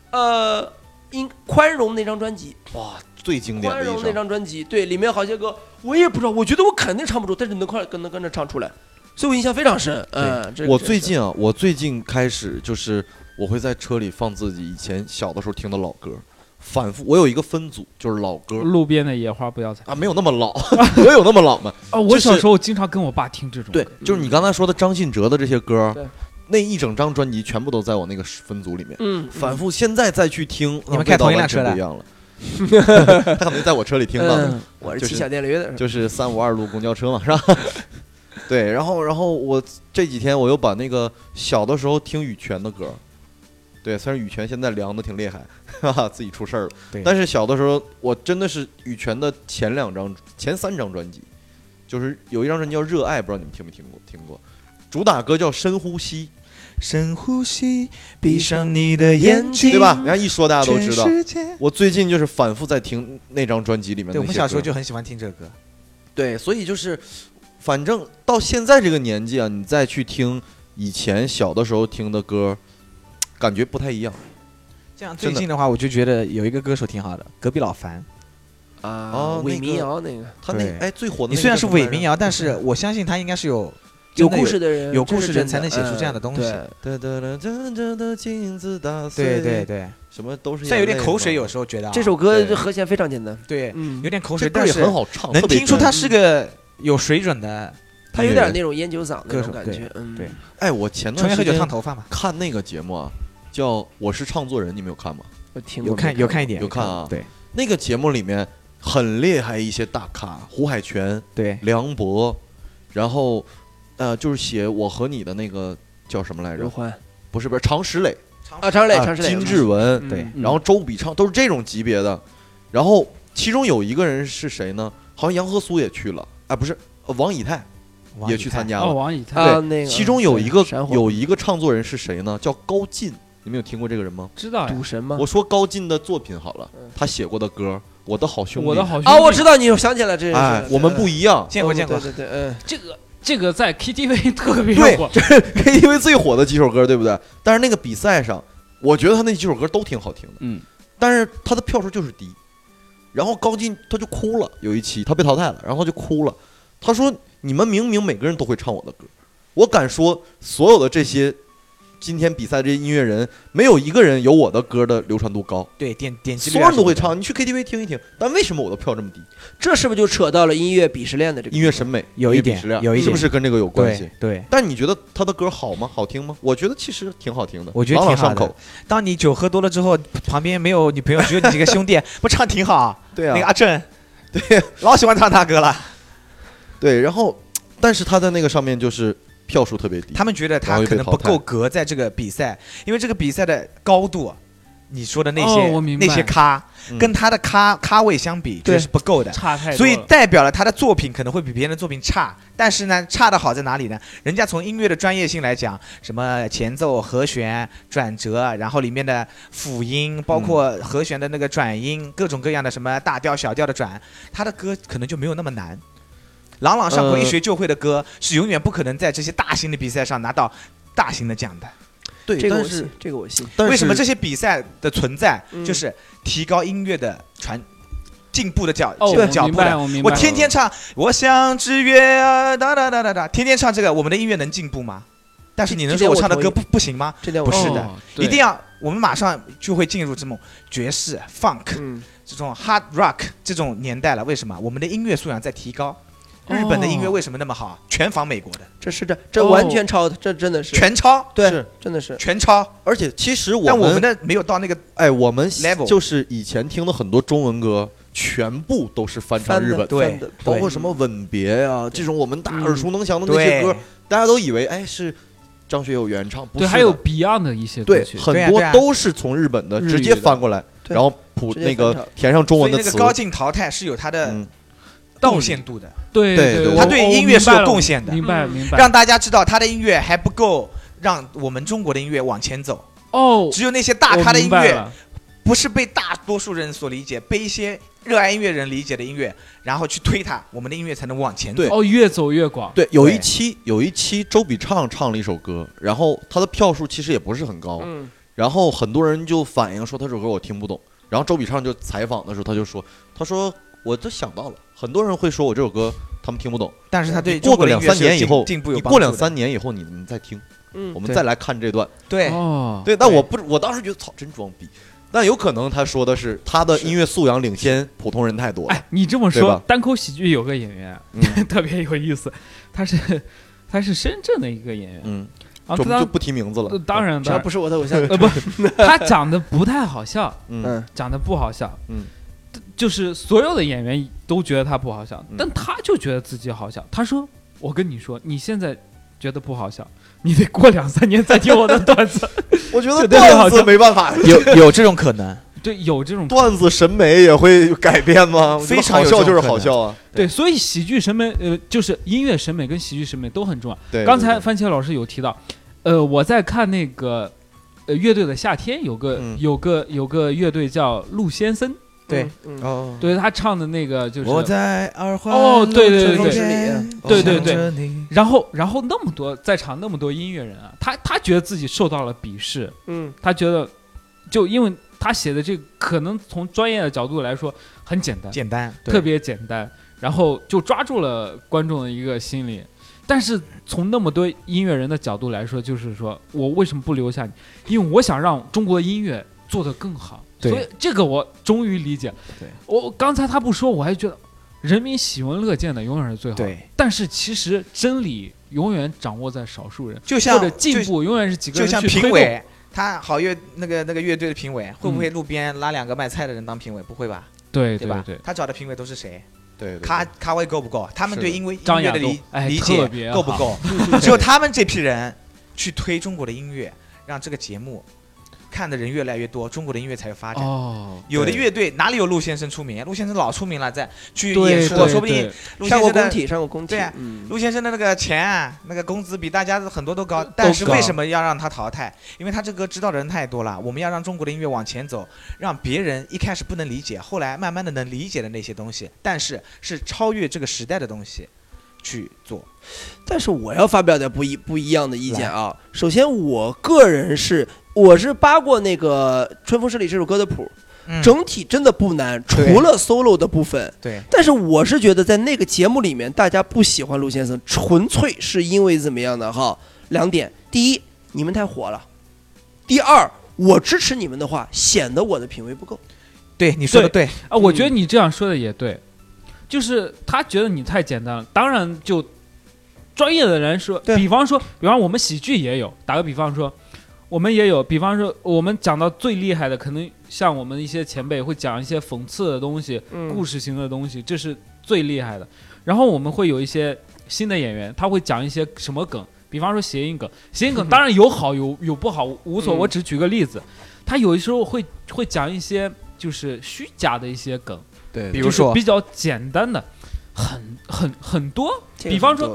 宽容那张专辑。 哇，最经典的一张。 宽容那张专辑，对，里面好些歌我也不知道，我觉得我肯定唱不出，但是能跟着唱出来，所以我印象非常深。 我最近开始就是我会在车里放自己以前小的时候听的老歌。反复，我有一个分组，就是老歌。 路边的野花不要采啊，没有那么老，我有那么老吗？ 我小时候经常跟我爸听这种歌。对，就是你刚才说的张信哲的这些歌，那一整张专辑全部都在我那个分组里面。反复，现在再去听， 你们开同一辆车不一样了。他可能在我车里听到， 我是骑小电驴的， 就是352路公交车嘛，是吧？对，然后我这几天我又把那个小的时候听羽泉的歌。对，虽然羽泉现在凉的挺厉害，哈哈，自己出事儿了。但是小的时候，我真的是羽泉的前3张专辑，就是有一张专辑叫《热爱》，不知道你们听没听过？听过，主打歌叫《深呼吸》， 深呼吸，闭上你的眼睛， 对吧？人家一说大家都知道。我最近就是反复在听那张专辑里面的。 对，我们小时候就很喜欢听这个歌。 对，所以就是反正到现在这个年纪啊，你再去听以前小的时候听的歌，感觉不太一样。 像最近的话，我就觉得有一个歌手挺好的，隔壁老樊啊，伪民谣那个， 他那最火的。 你虽然是伪民谣，但是我相信他应该是有故事的人， 有故事的人才能写出这样的东西。 对， 对， 什么都是。 虽然有点口水，有时候觉得这首歌和弦非常简单， 对，有点口水，但是很好唱， 能听出他是个有水准的。 他有点那种烟酒嗓那种感觉， 对。 哎，我前段时间抽烟喝酒烫头发嘛， 看那个节目啊，叫《我是唱作人》，你们有看吗？ 有看一点， 有看啊。 对， 那个节目里面很厉害一些大咖，胡海泉， 对， 梁博，然后就是写我和你的那个叫什么来着？不是常石磊啊，常石磊， 金志文， 对， 然后周笔畅都是这种级别的。然后其中有一个人是谁呢？好像杨和苏也去了，啊，不是，王以太也去参加了。 王以太， 对，其中有一个唱作人是谁呢？叫高进。你们有听过这个人吗？ 知道， 赌神吗？ 我说高进的作品好了，他写过的歌，我的好兄弟， 啊，我知道，你想起来这哎，我们不一样， 见过， 对， 这个在 KTV 特别火， 这是 KTV 最火的几首歌，对不对？但是那个比赛上，我觉得他那几首歌都挺好听的，但是他的票数就是低。然后高进他就哭了，有一期他被淘汰了，然后就哭了，他说：“你们明明每个人都会唱我的歌，我敢说所有的这些。”今天比赛这些音乐人没有一个人有我的歌的流传度高， 对，点击率所有人都会唱，你去 KTV 听一听，但为什么我的票这么低？ 这是不是就扯到了音乐鄙视链的这个音乐审美？ 有一点， 是不是跟这个有关系？ 对。 但你觉得他的歌好吗？好听吗？我觉得其实挺好听的， 我觉得挺好的。 朗朗上口。 当你酒喝多了之后，旁边没有女朋友，只有你几个兄弟，不唱挺好？ 对啊， 那个阿正， 对， 老喜欢唱他歌了。 对，然后，但是他在那个上面就是。票数特别低， 他们觉得他可能不够格在这个比赛，因为这个比赛的高度，你说的那些咖，跟他的咖位相比，就是不够的， 差太多了。 所以代表了他的作品可能会比别人的作品差，但是呢，差的好在哪里呢？人家从音乐的专业性来讲，什么前奏、和弦、转折，然后里面的辅音，包括和弦的那个转音，各种各样的什么大调、小调的转，他的歌可能就没有那么难。朗朗上口一学就会的歌是永远不可能在这些大型的比赛上拿到大型的奖的。 对， 这个我信。 为什么这些比赛的存在就是提高音乐的进步的脚步的？我天天唱，我像只月啊，哒哒哒哒哒，天天唱这个，我们的音乐能进步吗？但是你能说我唱的歌不行吗？不是的，一定要我们马上就会进入这种爵士、funk、这种 hard rock 这种年代了。为什么？我们的音乐素养在提高。日本的音乐为什么那么好？全仿美国的， 这完全抄的，这真的是全抄， 对，真的是全抄。 而且其实但我们的没有到那个， 我们 level， 就是以前听的很多中文歌，全部都是翻唱日本， 对， 包括什么吻别呀这种我们大耳熟能详的那些歌，大家都以为是张学友原唱，不是， 对，还有 Beyond 的一些对，很多都是从日本的直接翻过来，然后那个填上中文的词。 那个高进淘汰是有他的贡献度的， 对， 他对音乐是有贡献的， 明白， 让大家知道他的音乐还不够，让我们中国的音乐往前走。只有那些大咖的音乐，不是被大多数人所理解，被一些热爱音乐人理解的音乐，然后去推它，我们的音乐才能往前走。 越走越广。 对，有一期周笔畅唱了一首歌，然后他的票数其实也不是很高，然后很多人就反映说他这首歌我听不懂，然后周笔畅就采访的时候他说我都想到了，很多人会说我这首歌他们听不懂， 但是他对过个2-3年以后， 进步有过2-3年以后你再听，我们再来看这段。 对， 但我当时觉得操，真装逼。但有可能他说的是他的音乐素养领先普通人太多了。 你这么说，单口喜剧有个演员特别有意思，他是深圳的一个演员， 我们就不提名字了。 当然， 他不是我的偶像， 不，他长得不太好笑，长得不好笑，就是所有的演员都觉得他不好笑，但他就觉得自己好笑。他说：“我跟你说，你现在觉得不好笑，你得过2-3年再听我的段子。” 我觉得段子没办法， 有这种可能。 对，有这种段子审美也会改变吗？ 非常好笑就是好笑啊。 对，所以喜剧审美，就是音乐审美跟喜剧审美都很重要。 对， 刚才番茄老师有提到，我在看那个乐队的夏天，有个乐队叫陆先生。 对， 哦， 对他唱的那个就是我在二环对对对对对对对，然后那么多在场那么多音乐人啊，他觉得自己受到了鄙视，他觉得就因为他写的这个可能从专业的角度来说很简单，特别简单，然后就抓住了观众的一个心理。但是从那么多音乐人的角度来说，就是说我为什么不留下你？因为我想让中国的音乐做得更好。所以这个我终于理解。 对， 我刚才他不说，我还觉得人民喜闻乐见的永远是最好的。 对， 但是其实真理永远掌握在少数人， 就像或者进步永远是几个人去推动。 就像评委，他好那个乐队的评委，会不会路边拉2个卖菜的人当评委？不会吧？ 对吧？他找的评委都是谁？ 对， 咖位够不够？他们对音乐的理解够不够？只有他们这批人去推中国的音乐，让这个节目看的人越来越多，中国的音乐才有发展。有的乐队哪里有陆先生出名？陆先生老出名了，在去演出，说不定陆先生上过工体。 对陆先生的那个钱那个工资比大家很多都高，但是为什么要让他淘汰？因为他这歌知道的人太多了。我们要让中国的音乐往前走，让别人一开始不能理解，后来慢慢的能理解的那些东西，但是超越这个时代的东西去做。 但是我要发表点不一样的意见啊。首先，我个人我是扒过那个《春风十里》这首歌的谱，整体真的不难，除了 solo 的部分。 对。 但是我是觉得在那个节目里面，大家不喜欢陆先生，纯粹是因为怎么样的哈？2点：第一，你们太火了；第二，我支持你们的话，显得我的品味不够。 对，你说的对啊，我觉得你这样说的也对。就是他觉得你太简单了，当然就专业的人说，比方我们喜剧也有，打个比方说，我们也有，比方说我们讲到最厉害的，可能像我们一些前辈会讲一些讽刺的东西，故事型的东西，这是最厉害的。然后我们会有一些新的演员，他会讲一些什么梗，比方说谐音梗当然有好有不好，无所谓，我只举个例子，他有的时候会讲一些就是虚假的一些梗。 对， 比如说比较简单的，很多，比方说，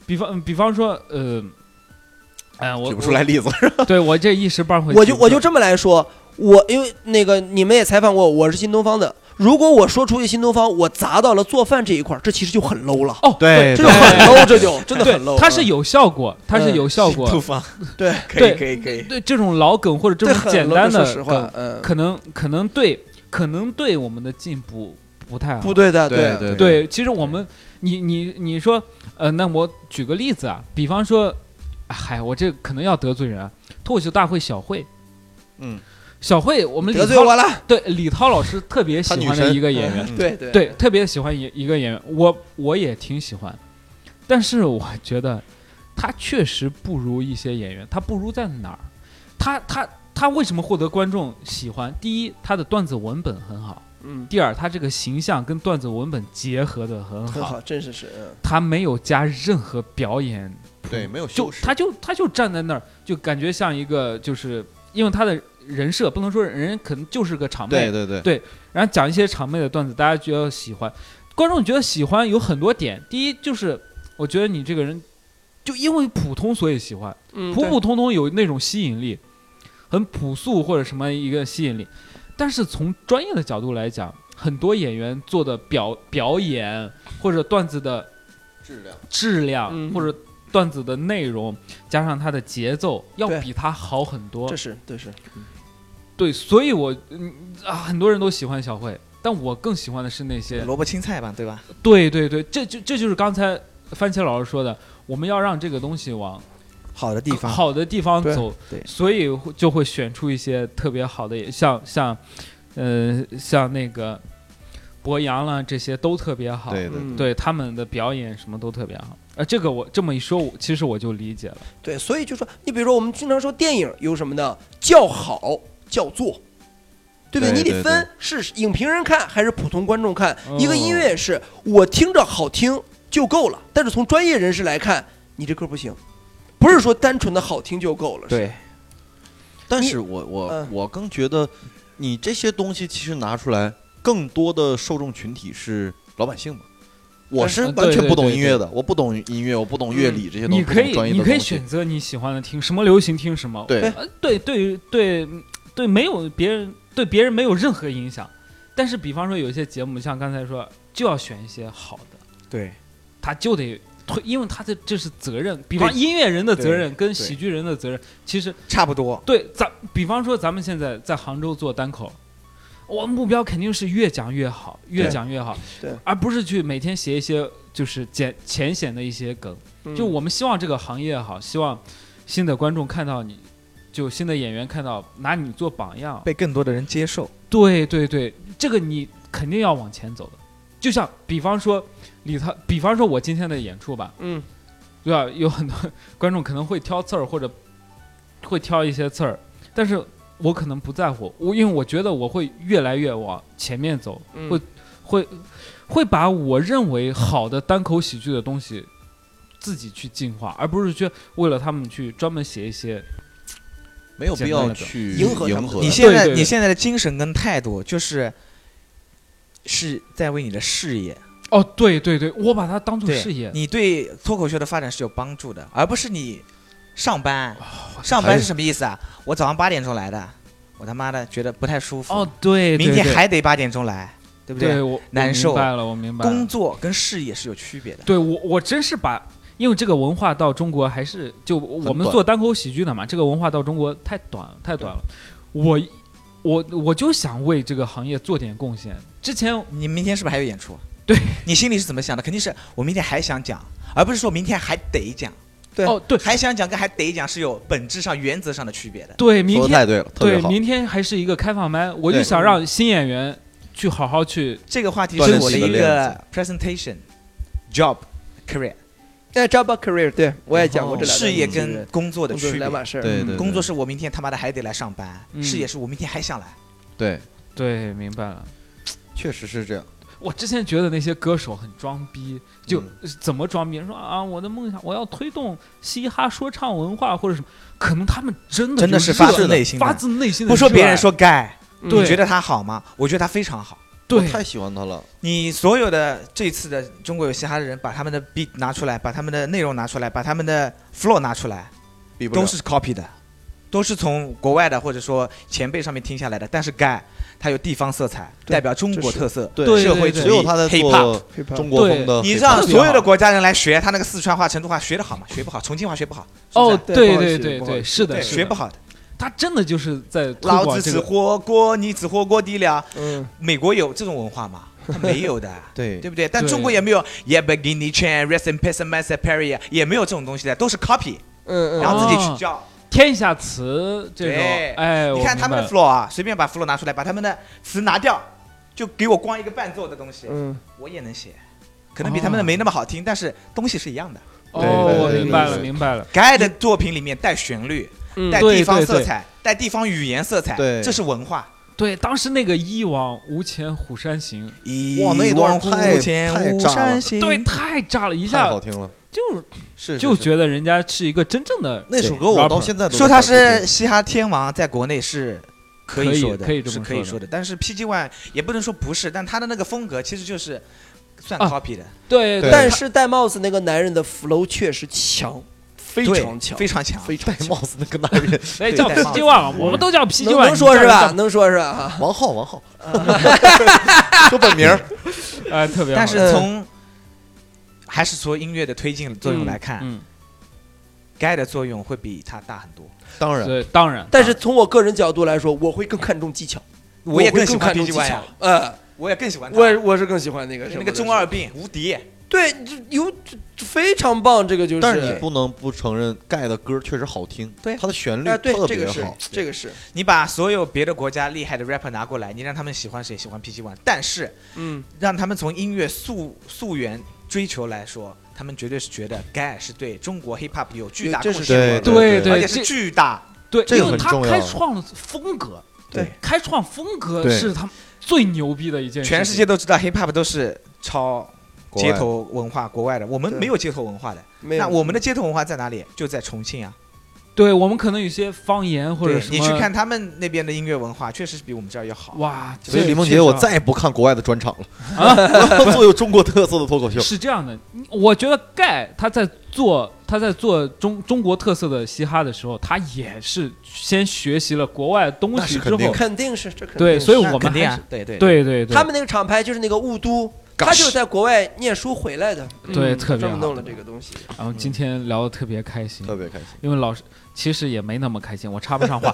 我举不出来例子。 对我这一时半会， 我就这么来说，因为那个你们也采访过，我是新东方的。如果我说出一新东方，我砸到了做饭这一块，这其实就很 low 了。 对， 这就很 low， 这就真的很 low。 它是有效果，它是有效果。 新东方， 对， 可以。 对这种老梗或者这种简单的梗，可能对我们的进步不太好， 不对的， 对。其实我们，你说，那我举个例子啊，比方说，我这可能要得罪人啊，脱口秀大会小慧，小慧，我们得罪我了。 对，李涛老师特别喜欢的一个演员，对，特别喜欢一个演员，我也挺喜欢，但是我觉得他确实不如一些演员，他不如在哪儿？他为什么获得观众喜欢？第一，他的段子文本很好。第二，他这个形象跟段子文本结合的很好， 真是他没有加任何表演， 对，没有修饰， 他就站在那儿，就感觉像一个，就是因为他的人设不能说人可能就是个场妹，对，然后讲一些场妹的段子，大家觉得喜欢，观众觉得喜欢有很多点。第一就是我觉得你这个人就因为普通所以喜欢，普通通有那种吸引力，很朴素或者什么一个吸引力。但是从专业的角度来讲，很多演员做的表演或者段子的质量或者段子的内容，加上他的节奏，要比他好很多。 这是对，所以很多人都喜欢小慧，但我更喜欢的是那些萝卜青菜吧，对吧？ 对，这就是刚才番茄老师说的，我们要让这个东西往好的地方走， 对， 所以就会选出一些特别好的，像那个博洋了，这些都特别好，对，他们的表演什么都特别好。这个我这么一说，其实我就理解了。 对，所以就说，你比如说我们经常说电影有什么呢？叫好叫座，对不对？你得分是影评人看还是普通观众看。一个音乐也是，我听着好听就够了，但是从专业人士来看，你这歌不行。不是说单纯的好听就够了， 对。 但是我更觉得，你这些东西其实拿出来，更多的受众群体是老百姓嘛。我是完全不懂音乐的，我不懂音乐，我不懂乐理这些东西。 你可以选择你喜欢的听什么流行听什么。对，没有别人对别人没有任何影响。 但是比方说有一些节目，像刚才说，就要选一些好的， 对， 他就得推，因为他这是责任。比方音乐人的责任跟喜剧人的责任其实差不多。 对，比方说咱们现在在杭州做单口，我目标肯定是越讲越好，越讲越好， 对， 而不是去每天写一些就是浅显的一些梗。就我们希望这个行业好，希望新的观众看到你，就新的演员看到拿你做榜样， 被更多的人接受。 对对对，这个你肯定要往前走的。就像比方说比方说我今天的演出吧，对吧？有很多观众可能会挑刺儿，或者会挑一些刺儿，但是我可能不在乎，因为我觉得我会越来越往前面走，会把我认为好的单口喜剧的东西自己去进化，而不是去为了他们去专门写一些没有必要去迎合他们。 你现在的精神跟态度是在为你的事业。 哦，对对对，我把它当做事业。 你对脱口秀的发展是有帮助的，而不是你上班。上班是什么意思啊？我早上8点钟来的，我他妈的觉得不太舒服。 哦，对， 明天还得8点钟来，对不对？ 对，我难受。 我明白了。 工作跟事业是有区别的。 对，我真是因为这个文化到中国还是就我们做单口喜剧的嘛，这个文化到中国太短了。我就想为这个行业做点贡献。之前你明天是不是还有演出？ 对， 你心里是怎么想的？肯定是我明天还想讲，而不是说明天还得讲。 对， 哦，对， 还想讲跟还得讲是有本质上、原则上的区别的。 对，明天太对了， 对，明天还是一个开放麦，我就想让新演员去好好去。 这个话题是我的一个 presentation job career。 job career， 对我也讲过这两个事业跟工作的区别两码事。 对对， 工作是我明天他妈的还得来上班，事业是我明天还想来。 对对，明白了， 确实是这样。 我之前觉得那些歌手很装逼，就怎么装逼？说啊，我的梦想我要推动嘻哈说唱文化或者什么，可能他们真的是发自内心的。不说别人说该，你觉得他好吗？我觉得他非常好。 对，我太喜欢他了。 你所有的这次的中国有嘻哈的人，把他们的 beat 拿出来，把他们的内容拿出来，把他们的 flow 拿出来，都是 copy 的，都是从国外的或者说前辈上面听下来的。但是该它有地方色彩，代表中国特色，社会主义， 只有他在做中国风的。 你让所有的国家人来学他那个四川话、成都话，学得好吗？学不好。重庆话学不好。 哦，对，是的， 学不好的。 他真的就是在老子吃火锅，你吃火锅底料。美国有这种文化吗？他没有的，对不对？但中国也没有 Yabagini Chan Rest in Peace Master Perry 也没有这种东西的，都是 copy， 然后自己去教天下词这种。哎， 你看他们的 flow 啊，随便把 flow 拿出来，把他们的词拿掉，就给我光一个伴奏的东西，我也能写，可能比他们的没那么好听，但是东西是一样的。 我明白了。 该的作品里面带旋律。带地方色彩，带地方语言色彩，这是文化。 对，当时那个一往无前虎山行， 哇，那段太炸了， 对，太炸了，一下太好听了， 就觉得人家是一个真正的那首歌，我到现在都说他是嘻哈天王，在国内是可以说的， 可以说的。但是 PG One 也不能说不是，但他的那个风格其实就是算 copy 的。 对， 但是戴帽子那个男人的 flow 确实强。非常强， 非常强， 戴帽子那个男人， 哎，叫 PG One，我们都叫 PG One， 能说是吧？能说是吧？ 王浩，说本名， 哎，特别好。 但是还是从音乐的推进作用来看，该的作用会比他大很多。 当然， 但是从我个人角度来说，我会更看重技巧， 我也更喜欢 PG One 呀，我也更喜欢他， 我是更喜欢那个中二病无敌。 对，有非常棒，这个就是。 但是你不能不承认，盖的歌确实好听， 对他的旋律特别好。 这个是你把所有别的国家厉害的 rapper 拿过来，你让他们喜欢谁？喜欢 PG One， 但是，让他们从音乐溯源追求来说，他们绝对是觉得盖是对中国 hip hop 有巨大贡献， 对， 而且是巨大。 对， 这个很重要。因为他开创了风格， 对， 开创风格是他们最牛逼的一件事。 全世界都知道 hip hop 都是抄。街头文化，国外的，我们没有街头文化的。那我们的街头文化在哪里？就在重庆啊。 对，我们可能有些方言或者什么。 你去看他们那边的音乐文化，确实是比我们这儿要好。 哇！ 所以李梦洁，我再也不看国外的专场了。我要做有中国特色的脱口秀。 是这样的，我觉得盖他在做他在做中国特色的嘻哈的时候，他也是先学习了国外东西之后， 肯定是这肯定是对，所以我们还是对， 他们那个厂牌就是那个雾都。他就是在国外念书回来的， 对，特别这么弄了这个东西。 然后今天聊得特别开心， 特别开心， 因为老师其实也没那么开心，我插不上话。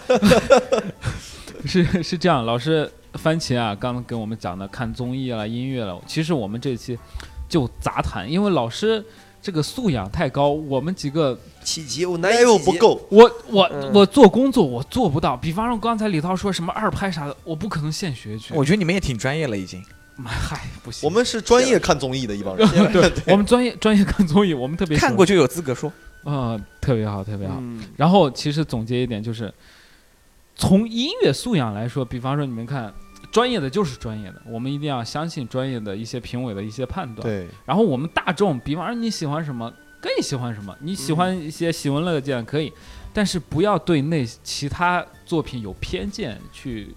是这样，老师番茄啊，刚刚跟我们讲的看综艺了、音乐了，其实我们这期就杂谈，因为老师这个素养太高，我们几个起级我难以不够， 我做工作我做不到。比方说刚才李涛说什么二拍啥的，我不可能现学去。 我觉得你们也挺专业了已经。 嗨，不行， 我们是专业看综艺的一帮人。 对，我们专业看综艺，我们特别看过就有资格说。 特别好，特别好。然后其实总结一点就是，从音乐素养来说，比方说你们看，专业的就是专业的，我们一定要相信专业的一些评委的一些判断。 对。 然后我们大众，比方说你喜欢什么，可以喜欢什么，你喜欢一些喜闻乐见可以，但是不要对那其他作品有偏见，去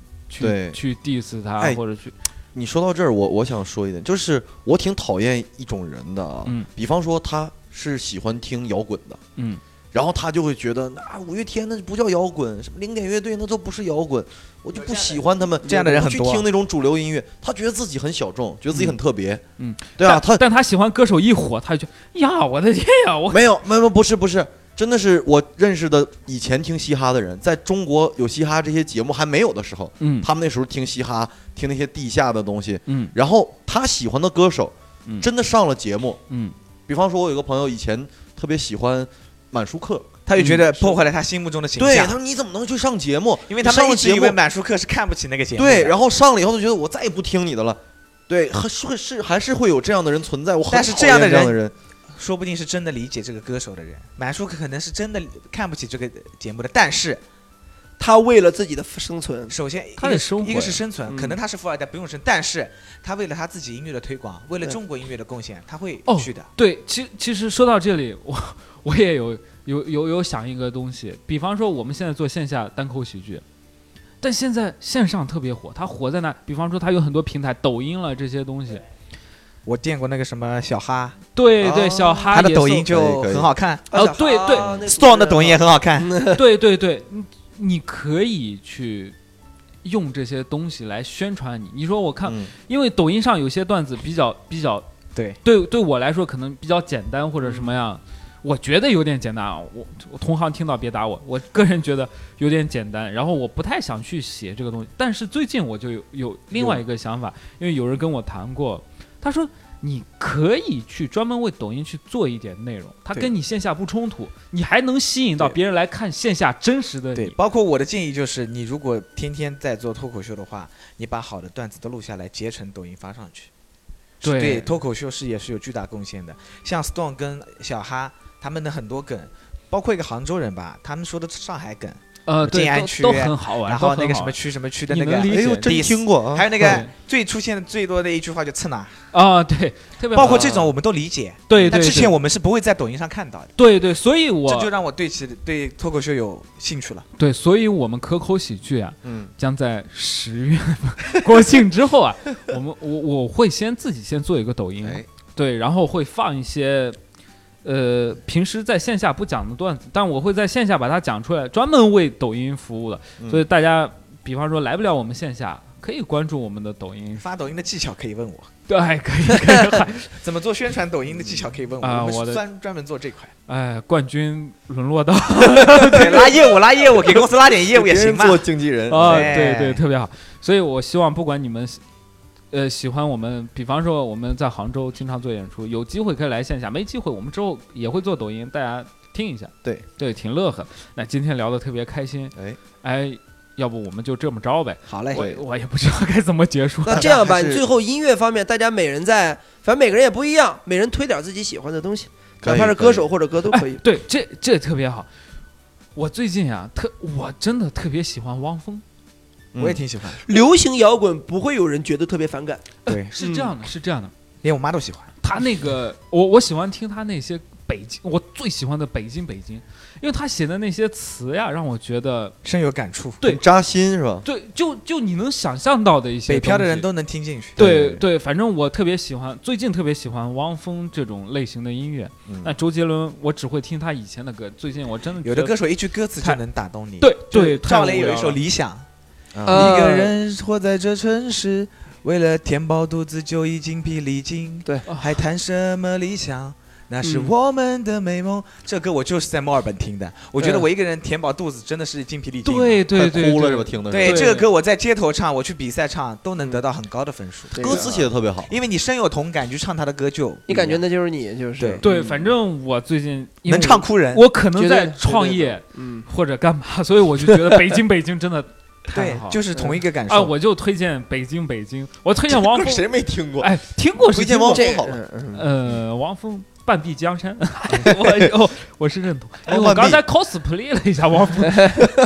diss 它，或者去。 你说到这儿，我想说一点，就是我挺讨厌一种人的啊，比方说他是喜欢听摇滚的，然后他就会觉得五月天那不叫摇滚，什么零点乐队那都不是摇滚，我就不喜欢他们。 这样的人很多， 去听那种主流音乐，他觉得自己很小众，觉得自己很特别，对啊， 但他喜欢歌手一火，他就呀，我的天呀，我没有，不是。真的是我认识的以前听嘻哈的人，在中国有嘻哈这些节目还没有的时候，他们那时候听嘻哈，听那些地下的东西，然后他喜欢的歌手，真的上了节目，比方说我有个朋友以前特别喜欢满舒克， 他就觉得破坏了他心目中的形象。 对，他说你怎么能去上节目？ 因为他们一直以为满舒克是看不起那个节目。 对，然后上了以后就觉得我再也不听你的了。对，还是会有这样的人存在。我很讨厌这样的人。 说不定是真的理解这个歌手的人，满舒克可能是真的看不起这个节目的，但是他为了自己的生存， 首先一个是生存，可能他是富二代不用生，但是他为了他自己音乐的推广，为了中国音乐的贡献，他会去的。 对，其实说到这里，我也有想一个东西，比方说我们现在做线下单口喜剧，但现在线上特别火，它火在哪？比方说它有很多平台，抖音了这些东西。 我见过那个什么小哈， 对，小哈， 他的抖音就很好看。 对 ，Storm 的抖音也很好看。 对，你可以去用这些东西来宣传你。你说我看，因为抖音上有些段子比较对我来说可能比较简单或者什么样，我觉得有点简单啊。我同行听到别打我，我个人觉得有点简单，然后我不太想去写这个东西。但是最近我就有另外一个想法，因为有人跟我谈过。他说：“你可以去专门为抖音去做一点内容，它跟你线下不冲突，你还能吸引到别人来看线下真实的你。” 对，包括我的建议就是，你如果天天在做脱口秀的话，你把好的段子都录下来，截成抖音发上去，对脱口秀事业是有巨大贡献的。像 Stone 跟小哈他们的很多梗，包括一个杭州人吧，他们说的上海梗。静安区都很好玩， 然后那个什么区的那个， 哎呦，真听过啊！ 还有那个出现的最多的一句话就蹭哪对，特别包括这种我们都理解， 对， 但之前我们是不会在抖音上看到的， 对，所以这就让我对脱口秀有兴趣了， 对，所以我们可口喜剧啊，将在10月国庆之后啊，我会自己先做一个抖音，对，然后会放一些。平时在线下不讲的段子，但我会在线下把它讲出来，专门为抖音服务的。所以大家，比方说来不了我们线下，可以关注我们的抖音。 发抖音的技巧可以问我， 对，可以。 怎么做宣传抖音的技巧可以问我，我们专门做这块。 冠军沦落到对拉业务，给公司拉点业务也行嘛。 做经纪人对，特别好。所以我希望不管你们。喜欢我们，比方说我们在杭州经常做演出，有机会可以来线下，没机会我们之后也会做抖音，大家听一下。对，挺乐呵。那今天聊得特别开心，要不我们就这么着呗？ 好嘞， 我也不知道该怎么结束。 那这样吧，你最后音乐方面，大家每人反正每个人也不一样，每人推点自己喜欢的东西，哪怕是歌手或者歌都可以。 对，这特别好。我最近啊，我真的特别喜欢汪峰。 我也挺喜欢流行摇滚，不会有人觉得特别反感。 对， 是这样的， 连我妈都喜欢他那个。我喜欢听他那些北京，我最喜欢的北京，因为他写的那些词呀，让我觉得深有感触， 对， 很扎心是吧？ 对，就你能想象到的一些北漂的东西人都能听进去。 对，反正我特别喜欢，最近特别喜欢汪峰这种类型的音乐。那周杰伦，我只会听他以前的歌，最近我真的有的歌手一句歌词就能打动你。 对， 赵雷有一首《理想》，一个人活在这城市，为了填饱肚子就已精疲力尽， 对， 还谈什么理想？那是我们的美梦。这歌我就是在墨尔本听的，我觉得我一个人填饱肚子真的是精疲力尽。 对， 哭了是吧？听的对这个歌我在街头唱，我去比赛唱都能得到很高的分数。 歌词写的特别好， 因为你深有同感，就唱他的歌就你感觉那就是你，就是对，反正我最近能唱哭人。 我可能在创业，或者干嘛，所以我就觉得北京真的。 对，就是同一个感受啊！我就推荐北京，我推荐汪峰， 谁没听过？ 哎，听过是推荐汪峰好了。 汪峰半壁江山，我是认同。我刚才 cosplay 了一下汪峰，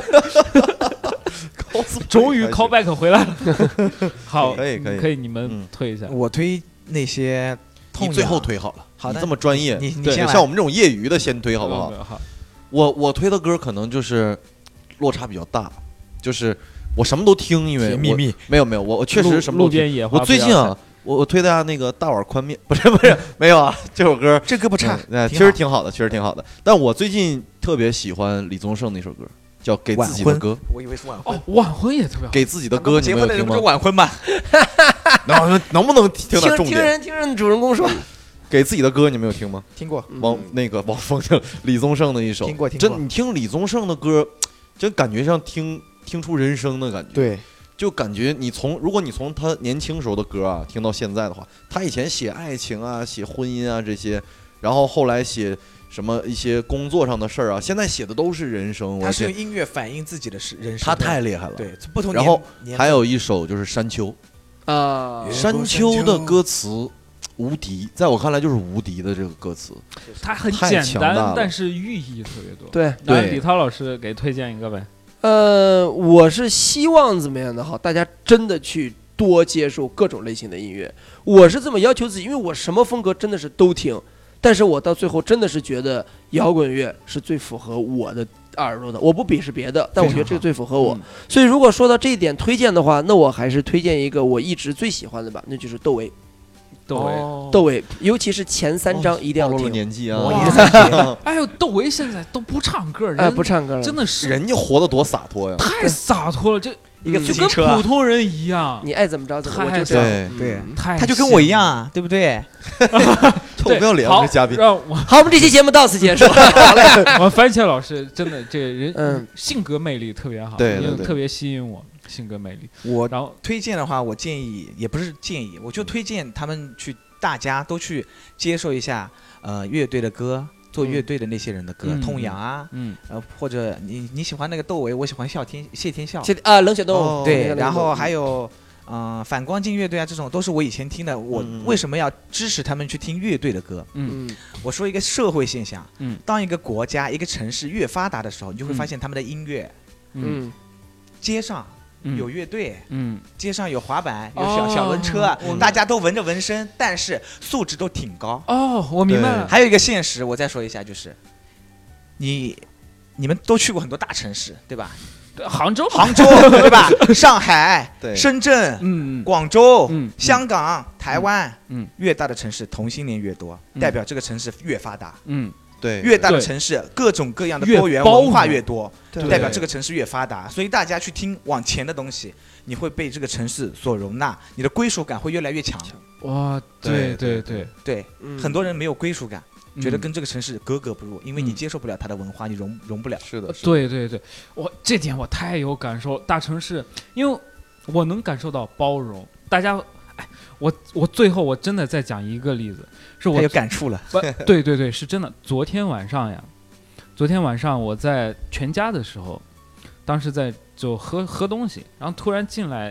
终于 callback 回来了。好，可以，你们推一下。 我推那些， 你最后推好了。 好的， 你这么专业， 你先来。 像我们这种业余的先推好不好？ 好。 我推的歌可能就是落差比较大。就是我什么都听，因为秘密没有，我确实什么都听。 野花。 我最近啊，我推大家那个大碗宽面，不是没有啊，这首歌这歌不差， 确实挺好的。但我最近特别喜欢李宗盛那首歌，叫《给自己的歌》。 我以为是晚婚。 哦，晚婚也特别好。 给自己的歌，你们有听吗？ 结婚的人不是晚婚吗？ 能不能听点重点？ 听人主人公说。 给自己的歌，你们有听吗？ 听过。 汪峰的李宗盛的一首， 听过。 真，你听李宗盛的歌，真感觉像听出人生的感觉。 对， 就感觉如果你从他年轻时候的歌啊听到现在的话，他以前写爱情啊、写婚姻啊这些，然后后来写什么一些工作上的事儿啊，现在写的都是人生。 他是用音乐反映自己的人生， 他太厉害了。 对，不同。 然后还有一首就是《山丘》 啊， 《山丘》的歌词无敌，在我看来就是无敌的这个歌词， 它很简单，但是寓意特别多。 对， 李涛老师给推荐一个呗。 我是希望怎么样的哈？大家真的去多接受各种类型的音乐。我是这么要求自己，因为我什么风格真的是都听，但是我到最后真的是觉得摇滚乐是最符合我的耳朵的。我不鄙视别的，但我觉得这个最符合我。所以如果说到这一点推荐的话，那我还是推荐一个我一直最喜欢的吧，那就是窦唯。窦唯，尤其是前3张一定要听。 暴露了年纪啊！ 哎呦，窦唯现在都不唱歌， 不唱歌了， 真的是人家活得多洒脱呀！ 太洒脱了，这一个自行车，就跟普通人一样， 你爱怎么着怎么着。 对， 他就跟我一样啊，对不对？ 臭不要脸，这嘉宾。 好，我们这期节目到此结束。 我们番茄老师真的这人性格魅力特别好， 对， 特别吸引我。性格魅力， 然后推荐的话，我建议也不是建议，我就推荐他们大家都去接受一下乐队的歌，做乐队的那些人的歌，痛痒啊，或者你喜欢那个窦唯，我喜欢谢天笑啊，冷血动物对，然后还有反光镜乐队啊，这种都是我以前听的。我为什么要支持他们去听乐队的歌？我说一个社会现象，当一个国家一个城市越发达的时候，你就会发现他们的音乐，街上。有乐队，街上有滑板，有小轮车，大家都纹着纹身，但是素质都挺高。 我明白了。 还有一个现实，我再说一下，就是你们都去过很多大城市，对吧？ 杭州对吧？上海、深圳、广州、香港、台湾，越大的城市同性恋越多，代表这个城市越发达。 对， 越大的城市，各种各样的多元文化越多，代表这个城市越发达。所以大家去听往前的东西，你会被这个城市所容纳，你的归属感会越来越强。 哇，对， 很多人没有归属感，觉得跟这个城市格格不入，因为你接受不了它的文化，你容不了。 是的， 对，这点我太有感受。大城市，因为我能感受到包容，大家。我最后我真的再讲一个例子，是我有感触了。 对，是真的。昨天晚上我在全家的时候，当时在就喝东西，然后突然进来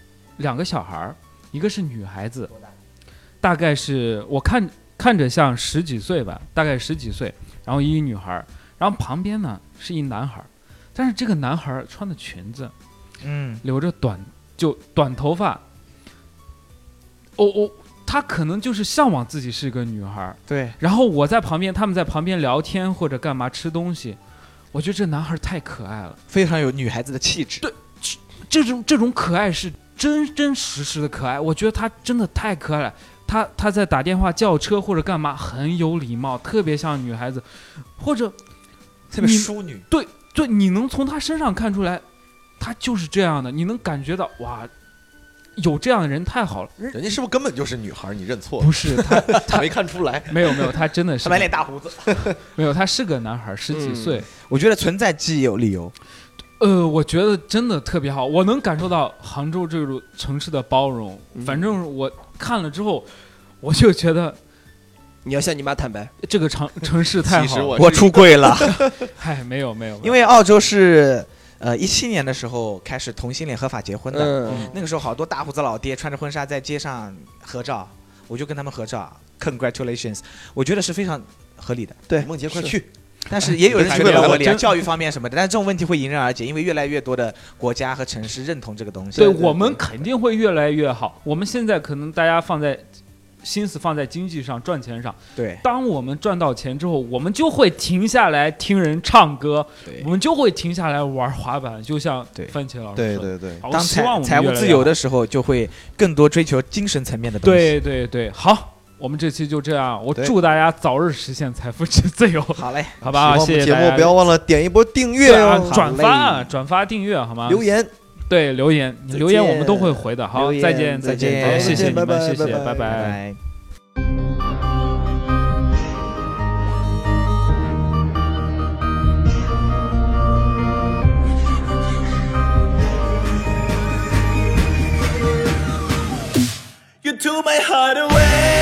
2个小孩，一个是女孩子，大概是我看着像10几岁吧，大概10几岁，然后一女孩，然后旁边呢是一男孩，但是这个男孩穿的裙子，留着短头发。 他可能就是向往自己是个女孩， 对， 然后我在旁边，他们在旁边聊天或者干嘛吃东西，我觉得这男孩太可爱了， 非常有女孩子的气质。 对，这种可爱是真实的可爱，我觉得他真的太可爱了。他在打电话叫车或者干嘛很有礼貌，特别像女孩子，或者特别淑女。 对，你能从他身上看出来，他就是这样的，你能感觉到哇，有这样的人太好了。 人家是不是根本就是女孩？你认错了？ 不是他没看出来。 没有，他真的是他满脸大胡子。 没有，他是个男孩，10几岁。 我觉得存在既有理由。 我觉得真的特别好，我能感受到杭州这种城市的包容。反正我看了之后，我就觉得你要向你妈坦白， 这个城市太好了。 我出柜了。 嗨，没有， 因为澳洲是17年的时候开始同性恋合法结婚的。那个时候好多大胡子老爹穿着婚纱在街上合照，我就跟他们合照 ，Congratulations， 我觉得是非常合理的。 对， 梦洁快去。 但是也有人觉得合理啊，教育方面什么的，但是这种问题会迎刃而解，因为越来越多的国家和城市认同这个东西。 对，我们肯定会越来越好。我们现在可能大家心思放在经济上、赚钱上。 对， 当我们赚到钱之后，我们就会停下来听人唱歌，我们就会停下来玩滑板，就像番茄老师说的。 对。 当财务自由的时候，就会更多追求精神层面的东西。 对，好。我们这期就这样，我祝大家早日实现财富自由。 好嘞， 好吧，谢谢节目不要忘了点一波订阅哦， 转发订阅好吗？ 留言， 对，留言我们都会回的。好，再见，谢谢你们，谢谢，拜拜。 You took my heart away.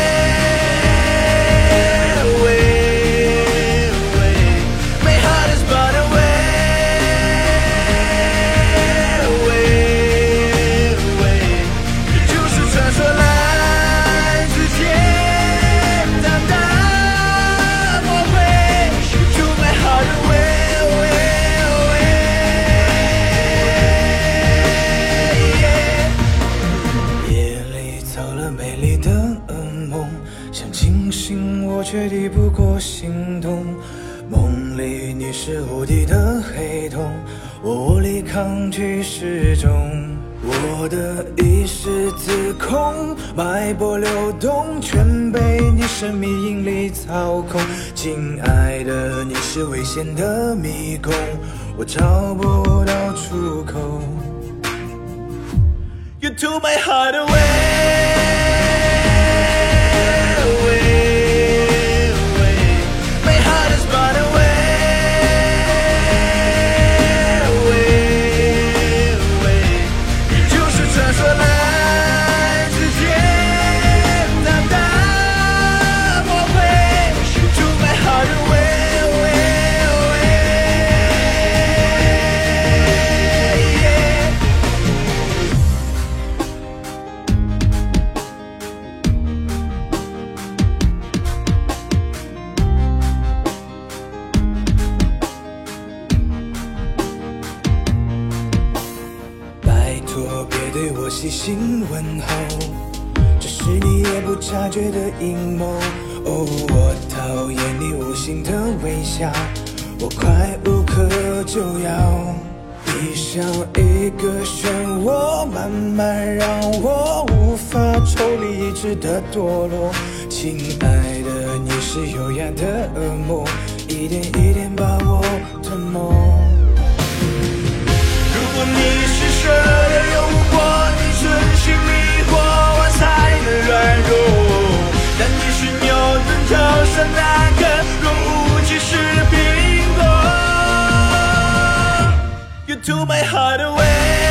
却抵不过心动，梦里你是无敌的黑洞，我无力抗拒失重，我的意识自控，脉搏流动，全被你神秘引力操控。亲爱的，你是危险的迷宫，我找不到出口。You took my heart away.细心问候，这是你也不察觉的阴谋。哦，我讨厌你无形的微笑，我快无可救药。你像一个漩涡，慢慢让我无法抽离，一直的堕落。亲爱的，你是优雅的恶魔，一点一点把我吞没。如果你是蛇的诱惑，真心迷惑我才能软弱，但你是牛顿头上那个若无其事的苹果。You took my heart away.